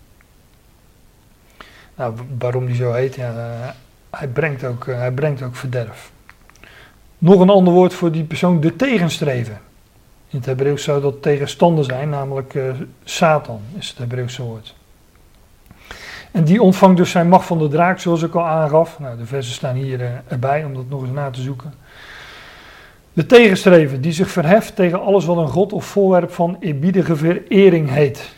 S1: Nou, waarom die zo heet, ja, uh, hij, brengt ook, uh, hij brengt ook verderf. Nog een ander woord voor die persoon, de tegenstrever. In het Hebreeuws zou dat tegenstander zijn, namelijk uh, Satan is het Hebreeuwse woord. En die ontvangt dus zijn macht van de draak, zoals ik al aangaf. Nou, de versen staan hier uh, erbij, om dat nog eens na te zoeken. De tegenstrever, die zich verheft tegen alles wat een god of voorwerp van eerbiedige verering heet.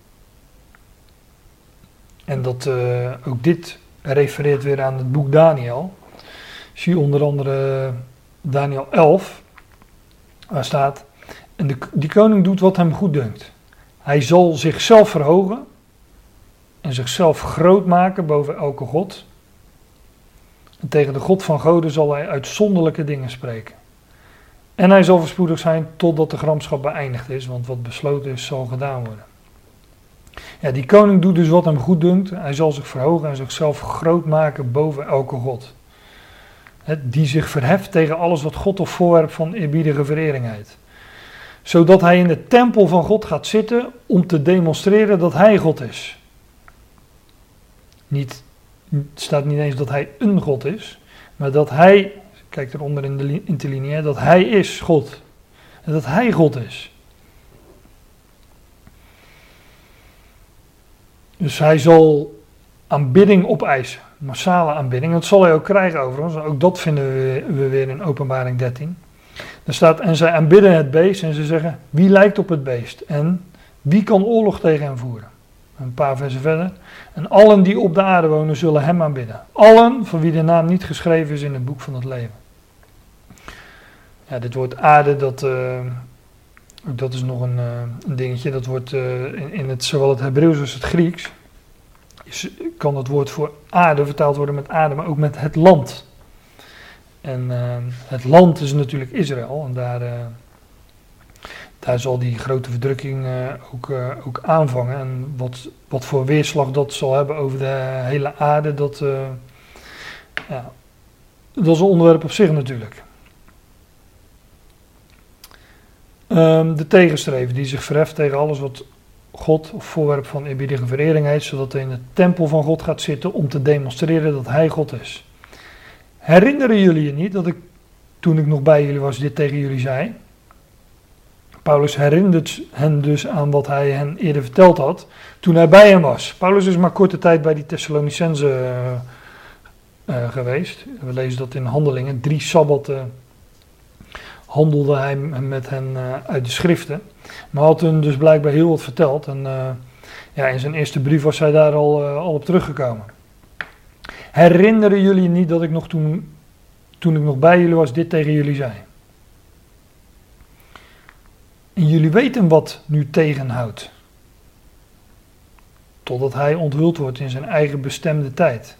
S1: En dat, uh, ook dit refereert weer aan het boek Daniel. Zie onder andere Daniel elf, waar staat: en de, die koning doet wat hem goeddunkt. Hij zal zichzelf verhogen en zichzelf groot maken boven elke god. En tegen de God van goden zal hij uitzonderlijke dingen spreken. En hij zal voorspoedig zijn totdat de gramschap beëindigd is, want wat besloten is zal gedaan worden. Ja, die koning doet dus wat hem goeddunkt. Hij zal zich verhogen en zichzelf groot maken boven elke god. He, die zich verheft tegen alles wat God of voorwerp van eerbiedige verering heet. Zodat hij in de tempel van God gaat zitten om te demonstreren dat hij God is. Niet, het staat niet eens dat hij een God is, maar dat hij, kijk eronder in de interlineair, dat hij is God. En dat hij God is. Dus hij zal aanbidding opeisen. massale aanbidding. Dat zal hij ook krijgen overigens. Ook dat vinden we, we weer in Openbaring dertien. Er staat, en zij aanbidden het beest en ze zeggen, wie lijkt op het beest? En wie kan oorlog tegen hem voeren? Een paar versen verder. En allen die op de aarde wonen zullen hem aanbidden. Allen van wie de naam niet geschreven is in het boek van het leven. Ja, dit woord aarde, dat, uh, dat is nog een, uh, een dingetje. Dat wordt uh, in, in het, zowel het Hebreeuws als het Grieks. Is, kan het woord voor aarde vertaald worden met aarde, maar ook met het land. En uh, het land is natuurlijk Israël. En daar, uh, daar zal die grote verdrukking uh, ook, uh, ook aanvangen. En wat, wat voor weerslag dat zal hebben over de hele aarde, dat, uh, ja, dat is een onderwerp op zich natuurlijk. Um, de tegenstrever die zich verheft tegen alles wat God of voorwerp van eerbiedige verering heet, zodat hij in de tempel van God gaat zitten om te demonstreren dat hij God is. Herinneren jullie je niet dat ik, toen ik nog bij jullie was, dit tegen jullie zei? Paulus herinnert hen dus aan wat hij hen eerder verteld had, toen hij bij hen was. Paulus is maar korte tijd bij die Thessalonicenzen uh, uh, geweest. We lezen dat in Handelingen. Drie sabbatten handelde hij met hen uh, uit de schriften. Maar had hun dus blijkbaar heel wat verteld. En uh, ja, in zijn eerste brief was hij daar al, uh, al op teruggekomen. Herinneren jullie niet dat ik nog toen, toen ik nog bij jullie was, dit tegen jullie zei? En jullie weten wat nu tegenhoudt. Totdat hij onthuld wordt in zijn eigen bestemde tijd.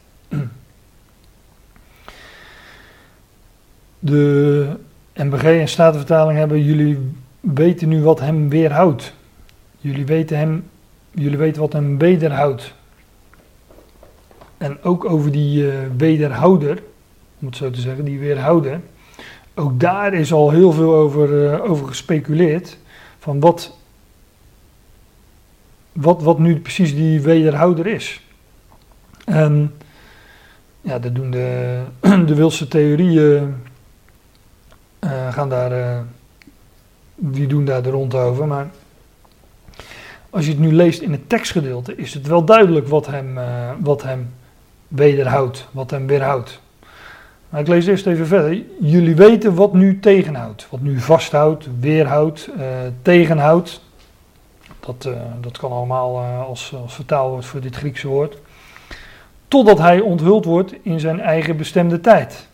S1: De N B G en Statenvertaling hebben, jullie weten nu wat hem weerhoudt. Jullie weten, hem, jullie weten wat hem wederhoudt. En ook over die uh, wederhouder, om het zo te zeggen, die weerhouder. Ook daar is al heel veel over, uh, over gespeculeerd. Van wat, wat, wat nu precies die wederhouder is. En ja, dat doen de, de Wildse theorieën, uh, gaan daar, uh, die doen daar de rond over. Maar als je het nu leest in het tekstgedeelte, is het wel duidelijk wat hem, uh, wat hem wederhoudt, wat hem weerhoudt. Maar ik lees eerst even verder. Jullie weten wat nu tegenhoudt. Wat nu vasthoudt, weerhoudt, uh, tegenhoudt. Dat, uh, dat kan allemaal uh, als, als vertaalwoord voor dit Griekse woord. Totdat hij onthuld wordt in zijn eigen bestemde tijd.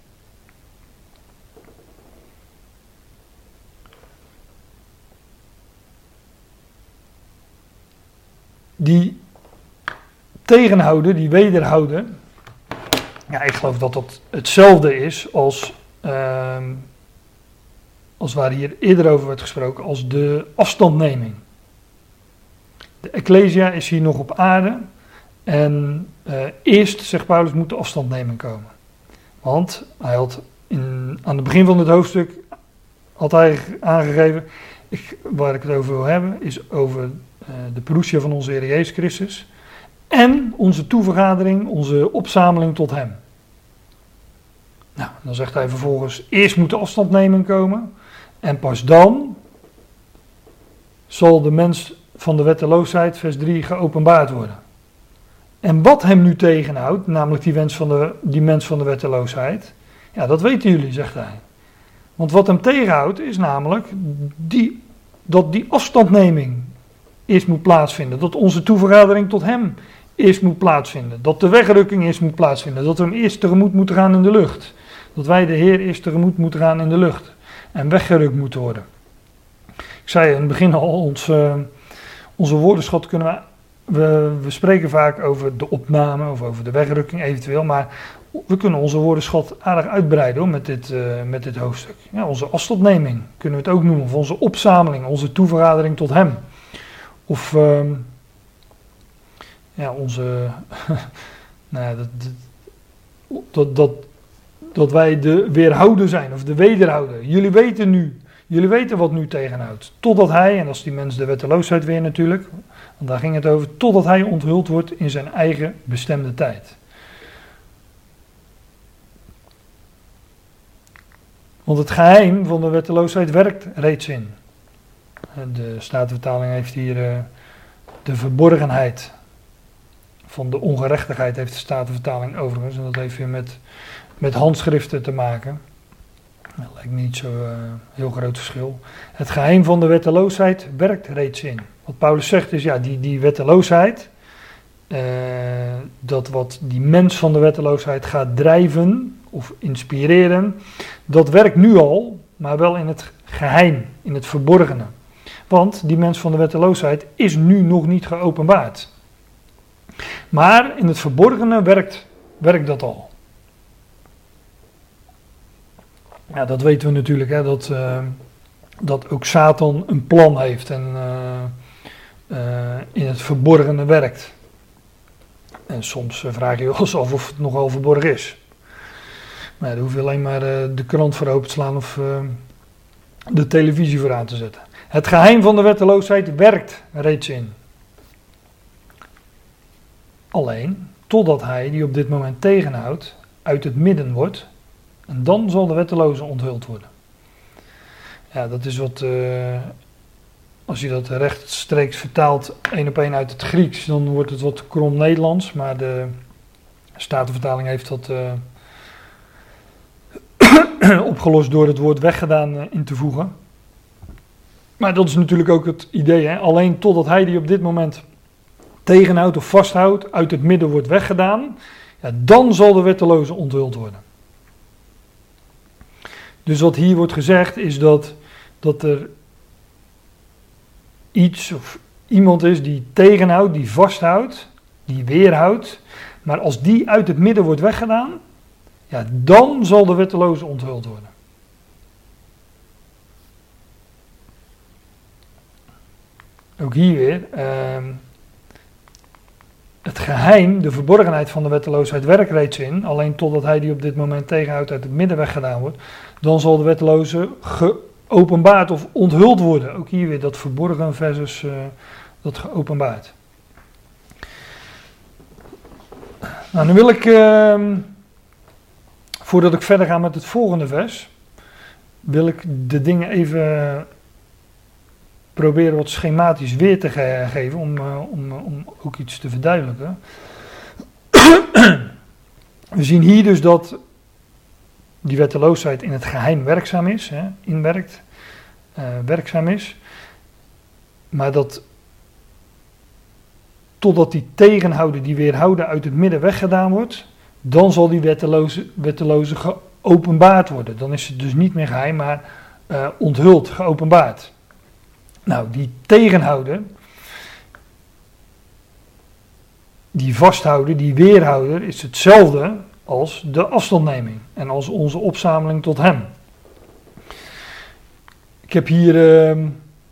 S1: Die tegenhouden, die wederhouden. Ja, ik geloof dat dat hetzelfde is als, uh, als waar hier eerder over werd gesproken, als de afstandneming. De Ecclesia is hier nog op aarde en uh, eerst, zegt Paulus, moet de afstandneming komen. Want hij had in, aan het begin van het hoofdstuk had hij aangegeven, ik, waar ik het over wil hebben, is over uh, de parousia van onze Heer Jezus Christus en onze toevergadering, onze opzameling tot hem. Nou, dan zegt hij vervolgens, eerst moet de afstandneming komen en pas dan zal de mens van de wetteloosheid, vers drie, geopenbaard worden. En wat hem nu tegenhoudt, namelijk die, wens van de, die mens van de wetteloosheid, ja, dat weten jullie, zegt hij. Want wat hem tegenhoudt is namelijk die, dat die afstandneming eerst moet plaatsvinden, dat onze toevergadering tot hem eerst moet plaatsvinden, dat de wegrukking eerst moet plaatsvinden, dat we hem eerst tegemoet moeten gaan in de lucht. Dat wij de Heer eerst tegemoet moeten gaan in de lucht en weggerukt moeten worden. Ik zei in het begin al, ons, uh, onze woordenschat kunnen we, we, we spreken vaak over de opname of over de wegrukking eventueel, maar we kunnen onze woordenschat aardig uitbreiden hoor, met, dit, uh, met dit hoofdstuk. Ja, onze afstandneming kunnen we het ook noemen, of onze opzameling, onze toevergadering tot hem. Of uh, ja, onze, nou ja, dat, dat, dat, dat wij de weerhouder zijn, of de wederhouder. Jullie weten nu, jullie weten wat nu tegenhoudt. Totdat hij, en dat is die mens de wetteloosheid weer natuurlijk, want daar ging het over, totdat hij onthuld wordt in zijn eigen bestemde tijd. Want het geheim van de wetteloosheid werkt reeds in. De Statenvertaling heeft hier uh, de verborgenheid van de ongerechtigheid heeft de Statenvertaling overigens. En dat heeft weer met, met handschriften te maken. Dat lijkt me niet zo'n uh, heel groot verschil. Het geheim van de wetteloosheid werkt reeds in. Wat Paulus zegt is, ja, die, die wetteloosheid, uh, dat wat die mens van de wetteloosheid gaat drijven of inspireren, dat werkt nu al, maar wel in het geheim, in het verborgene. Want die mens van de wetteloosheid is nu nog niet geopenbaard. Maar in het verborgene werkt, werkt dat al. Ja, dat weten we natuurlijk, hè, dat, uh, dat ook Satan een plan heeft en uh, uh, in het verborgene werkt. En soms uh, vraag je je eens af of het nogal verborgen is. Maar ja, dan hoef je alleen maar uh, de krant voor open te slaan of uh, de televisie voor aan te zetten. Het geheim van de wetteloosheid werkt reeds in. Alleen, totdat hij die op dit moment tegenhoudt, uit het midden wordt, en dan zal de wetteloze onthuld worden. Ja, dat is wat, uh, als je dat rechtstreeks vertaalt, één op één uit het Grieks, dan wordt het wat krom Nederlands, maar de Statenvertaling heeft dat uh, opgelost door het woord weggedaan uh, in te voegen. Maar dat is natuurlijk ook het idee, hè? Alleen totdat hij die op dit moment tegenhoudt of vasthoudt, uit het midden wordt weggedaan, ja, dan zal de wetteloze onthuld worden. Dus wat hier wordt gezegd is dat, dat er iets of iemand is die tegenhoudt, die vasthoudt, die weerhoudt, maar als die uit het midden wordt weggedaan, ja, dan zal de wetteloze onthuld worden. Ook hier weer, uh, het geheim, de verborgenheid van de wetteloosheid werkt reeds in, alleen totdat hij die op dit moment tegenhoudt uit het midden weggedaan wordt, dan zal de wetteloze geopenbaard of onthuld worden. Ook hier weer dat verborgen versus uh, dat geopenbaard. Nou, nu wil ik, uh, voordat ik verder ga met het volgende vers, wil ik de dingen even proberen wat schematisch weer te ge- geven, om, uh, om, om ook iets te verduidelijken. We zien hier dus dat die wetteloosheid in het geheim werkzaam is, hè, inwerkt, uh, werkzaam is, maar dat totdat die tegenhouden, die weerhouden uit het midden weggedaan wordt, dan zal die wetteloze, wetteloze geopenbaard worden. Dan is het dus niet meer geheim, maar uh, onthuld, geopenbaard. Nou, die tegenhouden, die vasthouden, die weerhouder is hetzelfde als de afstandneming en als onze opzameling tot hem. Ik heb hier uh,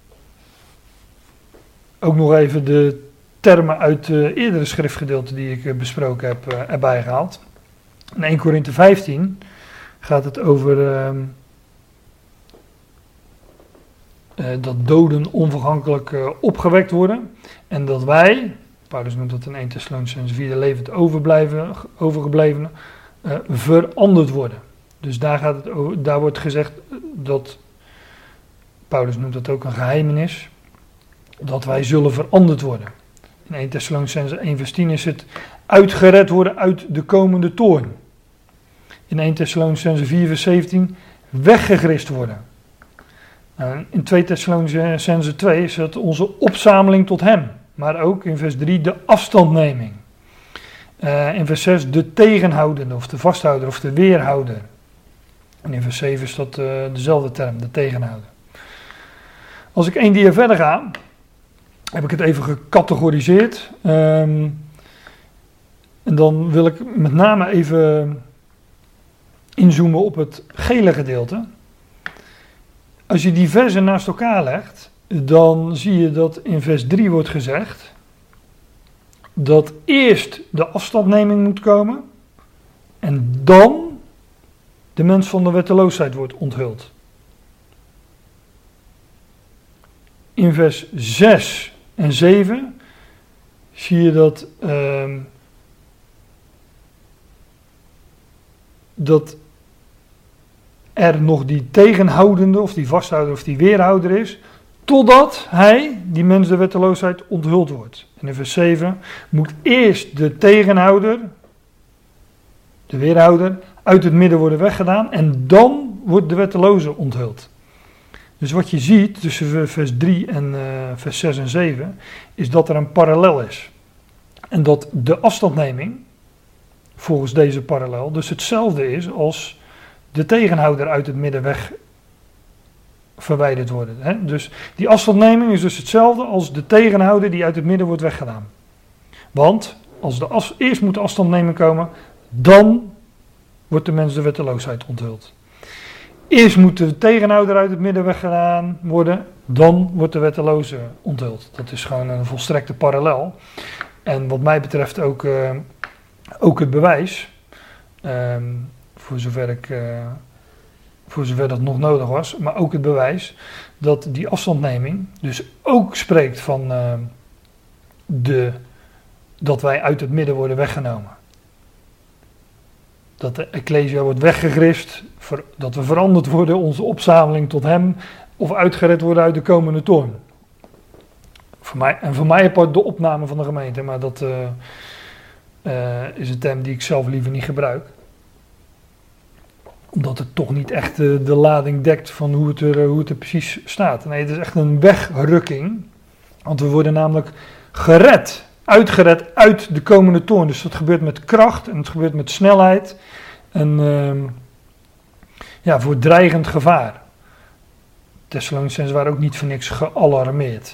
S1: ook nog even de termen uit de eerdere schriftgedeelte die ik uh, besproken heb uh, erbij gehaald. In Eerste Korinthe vijftien gaat het over uh, uh, dat doden onvergankelijk uh, opgewekt worden en dat wij, Paulus noemt dat in Eerste Thessalonicenzen vier, levend overblijven, overgeblevenen, uh, veranderd worden. Dus daar, gaat het over, daar wordt gezegd dat, Paulus noemt dat ook een geheimenis, dat wij zullen veranderd worden. In Eerste Thessalonicenzen één vers tien is het uitgered worden uit de komende toorn. In Eerste Thessalonicenzen vier vers zeventien weggegrist worden. Nou, in Tweede Thessalonicenzen twee is het onze opzameling tot hem. Maar ook in vers drie de afstandneming. Uh, in vers zes de tegenhoudende of de vasthouder of de weerhouder. En in vers zeven is dat uh, dezelfde term, de tegenhouder. Als ik één dia verder ga, heb ik het even gecategoriseerd. Um, en dan wil ik met name even inzoomen op het gele gedeelte. Als je die versen naast elkaar legt, dan zie je dat in vers drie wordt gezegd dat eerst de afstandneming moet komen en dan de mens van de wetteloosheid wordt onthuld. In vers zes en zeven zie je dat, uh, dat er nog die tegenhoudende of die vasthouder of die weerhouder is, totdat hij, die mens de wetteloosheid, onthuld wordt. En in vers zeven moet eerst de tegenhouder, de weerhouder, uit het midden worden weggedaan en dan wordt de wetteloze onthuld. Dus wat je ziet tussen vers drie en uh, vers zes en zeven, is dat er een parallel is. En dat de afstandneming, volgens deze parallel, dus hetzelfde is als de tegenhouder uit het midden weg verwijderd worden. Hè? Dus die afstandneming is dus hetzelfde als de tegenhouder die uit het midden wordt weggedaan. Want als de af, eerst moet de afstandneming komen, dan wordt de mens de wetteloosheid onthuld. Eerst moet de tegenhouder uit het midden weggedaan worden, dan wordt de wetteloze onthuld. Dat is gewoon een volstrekte parallel. En wat mij betreft ook, uh, ook het bewijs, uh, voor zover ik, uh, voor zover dat nog nodig was, maar ook het bewijs dat die afstandneming dus ook spreekt van uh, de, dat wij uit het midden worden weggenomen. Dat de Ecclesia wordt weggegrist, ver, dat we veranderd worden, onze opzameling tot hem, of uitgered worden uit de komende toorn. Voor mij, en voor mij apart de opname van de gemeente, maar dat uh, uh, is een term die ik zelf liever niet gebruik. Omdat het toch niet echt uh, de lading dekt van hoe het, er, uh, hoe het er precies staat. Nee, het is echt een wegrukking, want we worden namelijk gered. Uitgered uit de komende toorn. Dus dat gebeurt met kracht en het gebeurt met snelheid. En uh, ja, voor dreigend gevaar. Thessalonicenzen waren ook niet voor niks gealarmeerd.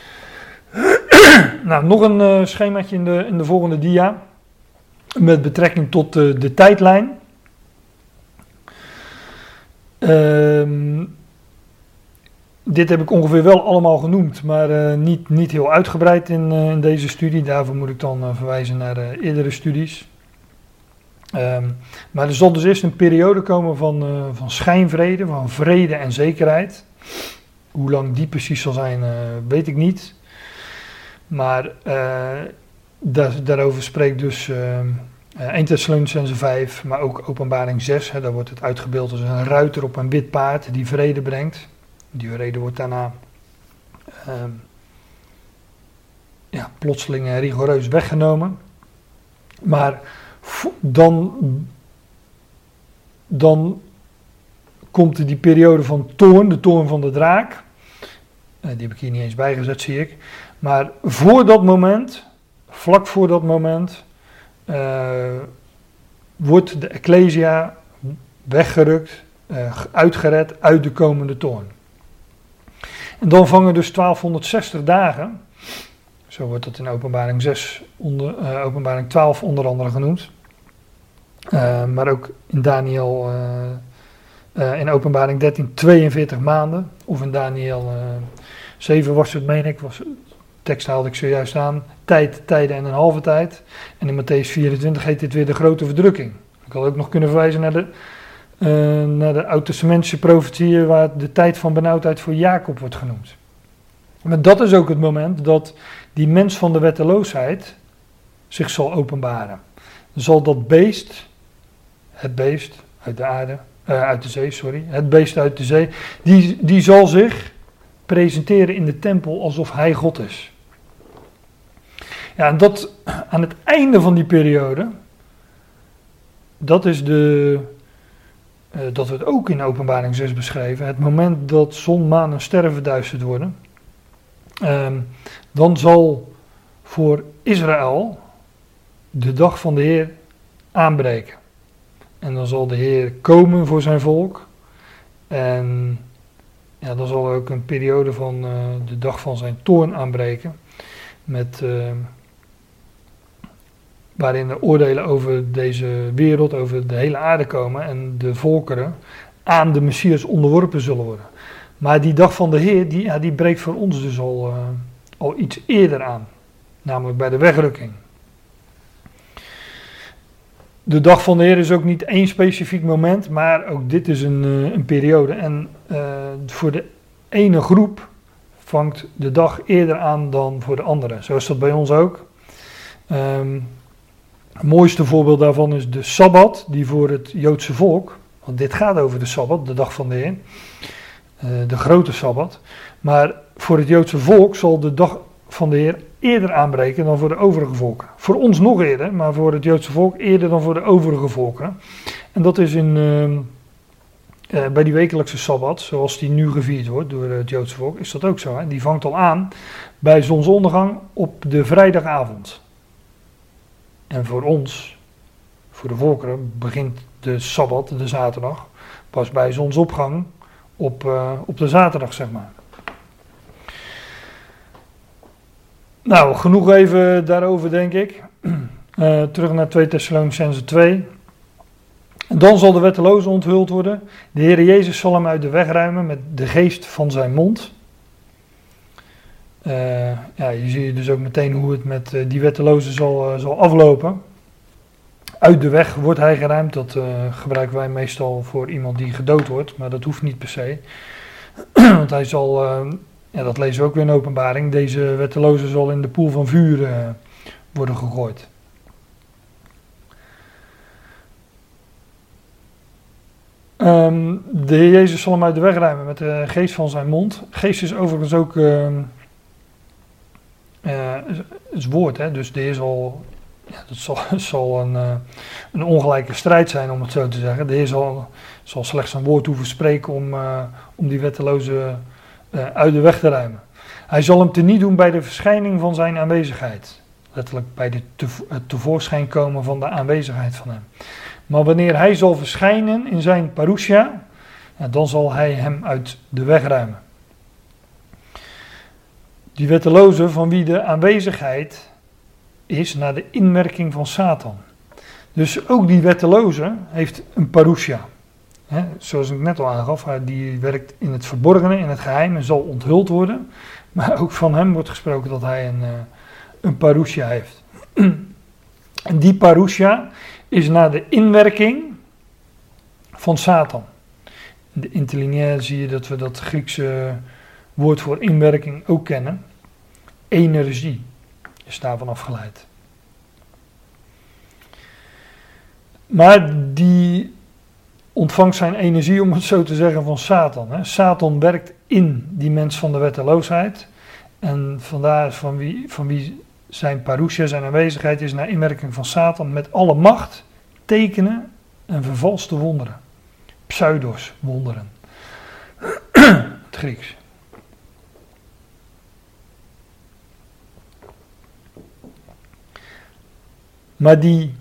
S1: Nou, nog een uh, schemaatje in de, in de volgende dia. Met betrekking tot uh, de tijdlijn. Uh, Dit heb ik ongeveer wel allemaal genoemd, maar uh, niet, niet heel uitgebreid in, uh, in deze studie. Daarvoor moet ik dan uh, verwijzen naar uh, eerdere studies. Um, maar er zal dus eerst een periode komen van, uh, van schijnvrede, van vrede en zekerheid. Hoe lang die precies zal zijn, uh, weet ik niet. Maar uh, daar, daarover spreekt dus uh, eerste Thessalonicenzen vijf, maar ook Openbaring zes. Hè, daar wordt het uitgebeeld als een ruiter op een wit paard die vrede brengt. Die vrede wordt daarna uh, ja, plotseling en rigoureus weggenomen. Maar dan, dan komt er die periode van toorn, de toorn van de draak. Uh, die heb ik hier niet eens bijgezet, zie ik. Maar voor dat moment, vlak voor dat moment, uh, wordt de Ecclesia weggerukt, uh, uitgered uit de komende toorn. En dan vangen dus twaalfhonderdzestig dagen, zo wordt dat in Openbaring zes, onder, uh, Openbaring twaalf onder andere genoemd. Uh, maar ook in Daniel, uh, uh, in Openbaring dertien, tweeënveertig maanden. Of in Daniel uh, zeven was het, meen ik, was, de tekst haalde ik zojuist aan. Tijd, tijden en een halve tijd. En in Matthäus vierentwintig heet dit weer de grote verdrukking. Ik had ook nog kunnen verwijzen naar de... Uh, naar de Oud-testamentische profetieën waar de tijd van benauwdheid voor Jacob wordt genoemd. Maar dat is ook het moment dat die mens van de wetteloosheid zich zal openbaren. Dan zal dat beest, het beest uit de aarde, uh, uit de zee, sorry, het beest uit de zee, die, die zal zich presenteren in de tempel alsof hij God is. Ja, en dat aan het einde van die periode, dat is de... Uh, dat wordt ook in Openbaring zes beschreven. Het moment dat zon, maan en sterren verduisterd worden. Uh, dan zal voor Israël de dag van de Heer aanbreken. En dan zal de Heer komen voor zijn volk. En ja, dan zal er ook een periode van uh, de dag van zijn toorn aanbreken. Met... Uh, waarin er oordelen over deze wereld, over de hele aarde komen en de volkeren aan de Messias onderworpen zullen worden. Maar die dag van de Heer, die, ja, die breekt voor ons dus al, uh, al iets eerder aan. Namelijk bij de wegrukking. De dag van de Heer is ook niet één specifiek moment, maar ook dit is een, uh, een periode. En uh, voor de ene groep vangt de dag eerder aan dan voor de andere. Zo is dat bij ons ook. Um, Het mooiste voorbeeld daarvan is de Sabbat, die voor het Joodse volk, want dit gaat over de Sabbat, de dag van de Heer, uh, de grote Sabbat, maar voor het Joodse volk zal de dag van de Heer eerder aanbreken dan voor de overige volken. Voor ons nog eerder, maar voor het Joodse volk eerder dan voor de overige volken. En dat is in, uh, uh, bij die wekelijkse Sabbat, zoals die nu gevierd wordt door het Joodse volk, is dat ook zo. Hè? Die vangt al aan bij zonsondergang op de vrijdagavond. En voor ons, voor de volkeren, begint de Sabbat, de zaterdag, pas bij zonsopgang op, uh, op de zaterdag, zeg maar. Nou, genoeg even daarover, denk ik. Uh, terug naar twee Thessalonicenzen twee. Dan zal de wetteloze onthuld worden. De Heer Jezus zal hem uit de weg ruimen met de geest van zijn mond. Uh, ja, hier zie je dus ook meteen hoe het met uh, die wetteloze zal, uh, zal aflopen. Uit de weg wordt hij geruimd. Dat uh, gebruiken wij meestal voor iemand die gedood wordt. Maar dat hoeft niet per se. Want hij zal... Uh, Ja, dat lezen we ook weer in Openbaring. Deze wetteloze zal in de poel van vuur uh, worden gegooid. Um, de Heer Jezus zal hem uit de weg ruimen met de geest van zijn mond. Geest is overigens ook uh, uh, het woord. Hè? Dus de Heer zal, ja, dat zal, zal een, uh, een ongelijke strijd zijn, om het zo te zeggen. De Heer zal, zal slechts een woord hoeven spreken om, uh, om die wetteloze Uh, uit de weg te ruimen. Hij zal hem teniet doen bij de verschijning van zijn aanwezigheid. Letterlijk bij de te, het tevoorschijn komen van de aanwezigheid van hem. Maar wanneer hij zal verschijnen in zijn parousia, ja, dan zal hij hem uit de weg ruimen. Die wetteloze van wie de aanwezigheid is naar de inwerking van Satan. Dus ook die wetteloze heeft een parousia. He, zoals ik net al aangaf, die werkt in het verborgene, in het geheim en zal onthuld worden. Maar ook van hem wordt gesproken dat hij een, een parousia heeft. En die parousia is naar de inwerking van Satan. In de interlineair zie je dat we dat Griekse woord voor inwerking ook kennen. Energie is daarvan afgeleid. Maar die ontvangt zijn energie, om het zo te zeggen, van Satan. Hè. Satan werkt in die mens van de wetteloosheid. En vandaar van wie, van wie zijn parousia, zijn aanwezigheid is naar inwerking van Satan met alle macht, tekenen en vervalste wonderen. Pseudos wonderen. Het Grieks. Maar die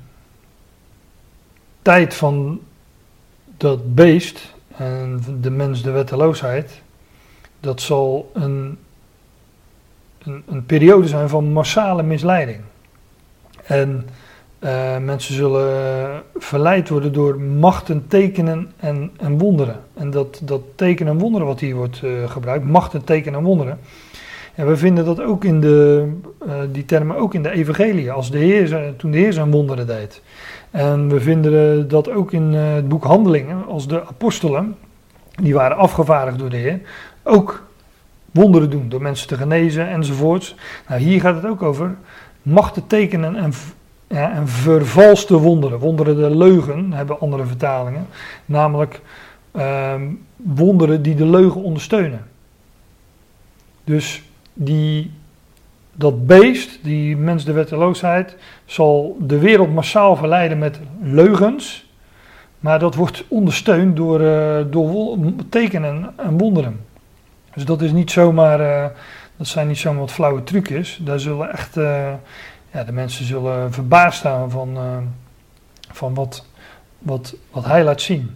S1: tijd van dat beest en de mens de wetteloosheid, dat zal een, een, een periode zijn van massale misleiding. En uh, mensen zullen verleid worden door machten, tekenen en, en wonderen. En dat, dat tekenen en wonderen wat hier wordt uh, gebruikt, machten, tekenen en wonderen. En we vinden dat ook in de, uh, die termen ook in de evangelie, als de Heer, toen de Heer zijn wonderen deed. En we vinden dat ook in het boek Handelingen, als de apostelen, die waren afgevaardigd door de Heer, ook wonderen doen, door mensen te genezen enzovoorts. Nou, hier gaat het ook over machten, tekenen en, ja, en vervalste wonderen. Wonderen de leugen, hebben andere vertalingen, namelijk uh, wonderen die de leugen ondersteunen. Dus die... Dat beest, die mens de wetteloosheid, zal de wereld massaal verleiden met leugens. Maar dat wordt ondersteund door, uh, door tekenen en wonderen. Dus dat is niet zomaar, uh, dat zijn niet zomaar wat flauwe trucjes. Daar zullen echt, uh, ja, de mensen zullen verbaasd staan van, uh, van wat, wat, wat hij laat zien.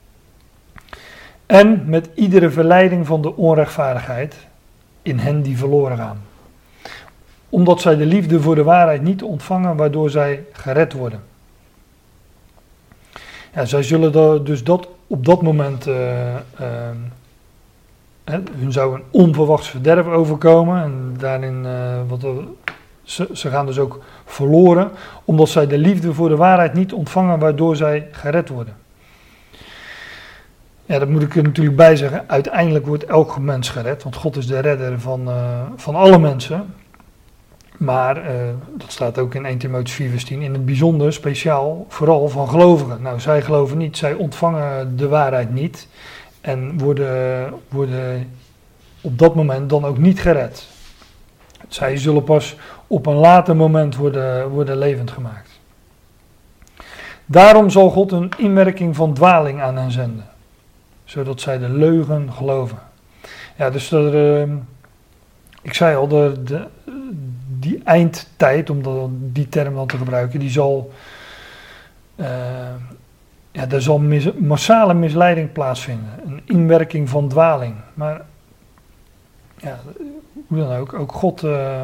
S1: En met iedere verleiding van de onrechtvaardigheid in hen die verloren gaan. Omdat zij de liefde voor de waarheid niet ontvangen, waardoor zij gered worden. Ja, zij zullen dus dat op dat moment, uh, uh, hè, hun zou een onverwachts verderf overkomen. En daarin, uh, wat, uh, ze, ze gaan dus ook verloren, omdat zij de liefde voor de waarheid niet ontvangen, waardoor zij gered worden. Ja, dat moet ik er natuurlijk bij zeggen. Uiteindelijk wordt elk mens gered, want God is de redder van, uh, van alle mensen. Maar, uh, dat staat ook in Eerste Timotheüs vier vers tien, in het bijzonder, speciaal, vooral van gelovigen. Nou, zij geloven niet, zij ontvangen de waarheid niet en worden, worden op dat moment dan ook niet gered. Zij zullen pas op een later moment worden, worden levend gemaakt. Daarom zal God een inwerking van dwaling aan hen zenden, zodat zij de leugen geloven. Ja, dus er, uh, ik zei al, de, de, die eindtijd, om dat, die term dan te gebruiken, die zal, uh, ja, er zal mis, massale misleiding plaatsvinden. Een inwerking van dwaling. Maar ja, hoe dan ook, ook God, uh,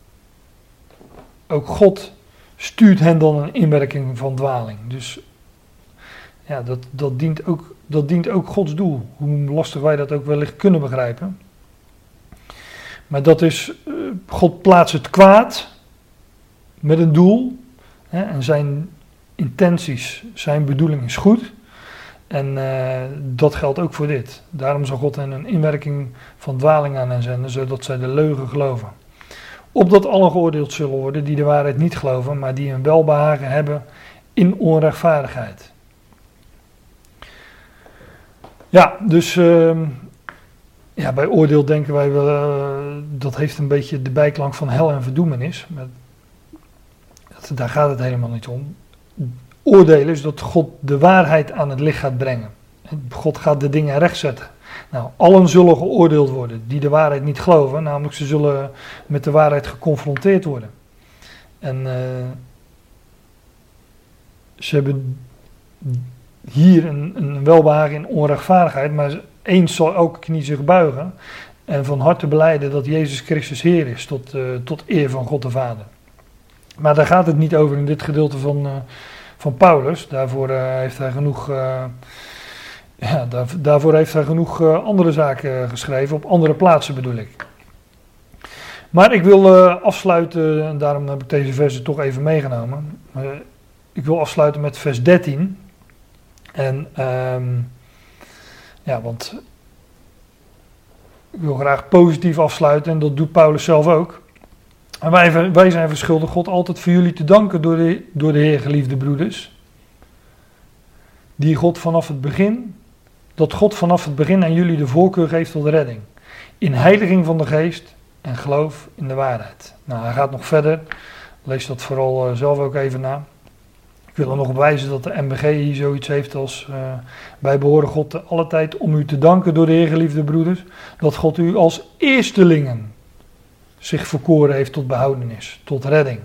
S1: ook God stuurt hen dan een inwerking van dwaling. Dus ja, dat, dat, dient ook, dat dient ook Gods doel. Hoe lastig wij dat ook wellicht kunnen begrijpen. Maar dat is, uh, God plaatst het kwaad met een doel. Hè, en zijn intenties, zijn bedoeling is goed. En uh, dat geldt ook voor dit. Daarom zal God hen een inwerking van dwaling aan hen zenden, zodat zij de leugen geloven. Opdat allen geoordeeld zullen worden die de waarheid niet geloven, maar die een welbehagen hebben in onrechtvaardigheid. Ja, dus uh, ja, bij oordeel denken wij wel, uh, dat heeft een beetje de bijklank van hel en verdoemenis. Maar dat, daar gaat het helemaal niet om. Oordelen is dat God de waarheid aan het licht gaat brengen. God gaat de dingen rechtzetten. Nou, allen zullen geoordeeld worden die de waarheid niet geloven, namelijk ze zullen met de waarheid geconfronteerd worden. En uh, ze hebben hier een, een welbehagen in onrechtvaardigheid, maar eens zal elke knie zich buigen en van harte belijden dat Jezus Christus Heer is, tot, uh, tot eer van God de Vader. Maar daar gaat het niet over in dit gedeelte van, uh, van Paulus. Daarvoor uh, heeft hij genoeg... Uh, Ja, daar, daarvoor heeft hij genoeg uh, andere zaken geschreven, op andere plaatsen bedoel ik. Maar ik wil uh, afsluiten, en daarom heb ik deze versen toch even meegenomen. Uh, ik wil afsluiten met vers dertien. En, um, ja, want ik wil graag positief afsluiten en dat doet Paulus zelf ook. En wij, wij zijn verschuldigd God altijd voor jullie te danken door de, door de Heer, geliefde broeders. Die God vanaf het begin... Dat God vanaf het begin aan jullie de voorkeur geeft tot redding. In heiliging van de geest en geloof in de waarheid. Nou, hij gaat nog verder. Lees dat vooral uh, zelf ook even na. Ik wil er nog op wijzen dat de M B G hier zoiets heeft als... Uh, wij behoren God de alle tijd om u te danken door de Heer, geliefde broeders. Dat God u als eerstelingen zich verkoren heeft tot behoudenis, tot redding.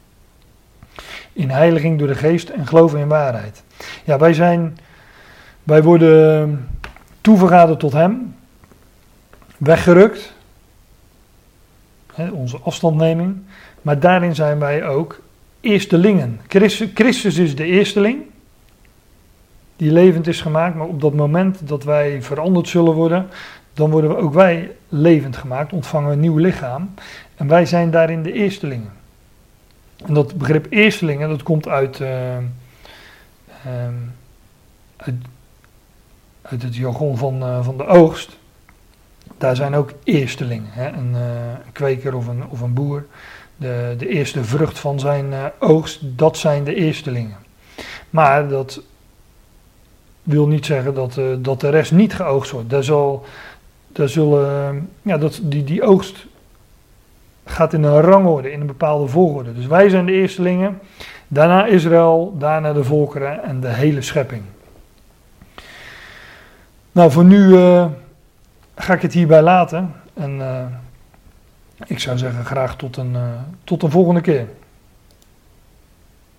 S1: In heiliging door de geest en geloof in waarheid. Ja, wij zijn... Wij worden toevergaderd tot hem, weggerukt, hè, onze afstandneming, maar daarin zijn wij ook eerstelingen. Christus, Christus is de eersteling, die levend is gemaakt, maar op dat moment dat wij veranderd zullen worden, dan worden we ook wij levend gemaakt, ontvangen we een nieuw lichaam en wij zijn daarin de eerstelingen. En dat begrip eerstelingen, dat komt uit... Uh, um, uit Uit het jargon van, uh, van de oogst. Daar zijn ook eerstelingen. Hè? Een, uh, een kweker of een, of een boer. De, de eerste vrucht van zijn uh, oogst, dat zijn de eerstelingen. Maar dat wil niet zeggen dat, uh, dat de rest niet geoogst wordt. Daar zal, daar zullen, uh, ja, dat, die, die oogst gaat in een rangorde, in een bepaalde volgorde. Dus wij zijn de eerstelingen. Daarna Israël, daarna de volkeren en de hele schepping. Nou, voor nu uh, ga ik het hierbij laten. En uh, ik zou zeggen graag tot een, uh, tot een volgende keer.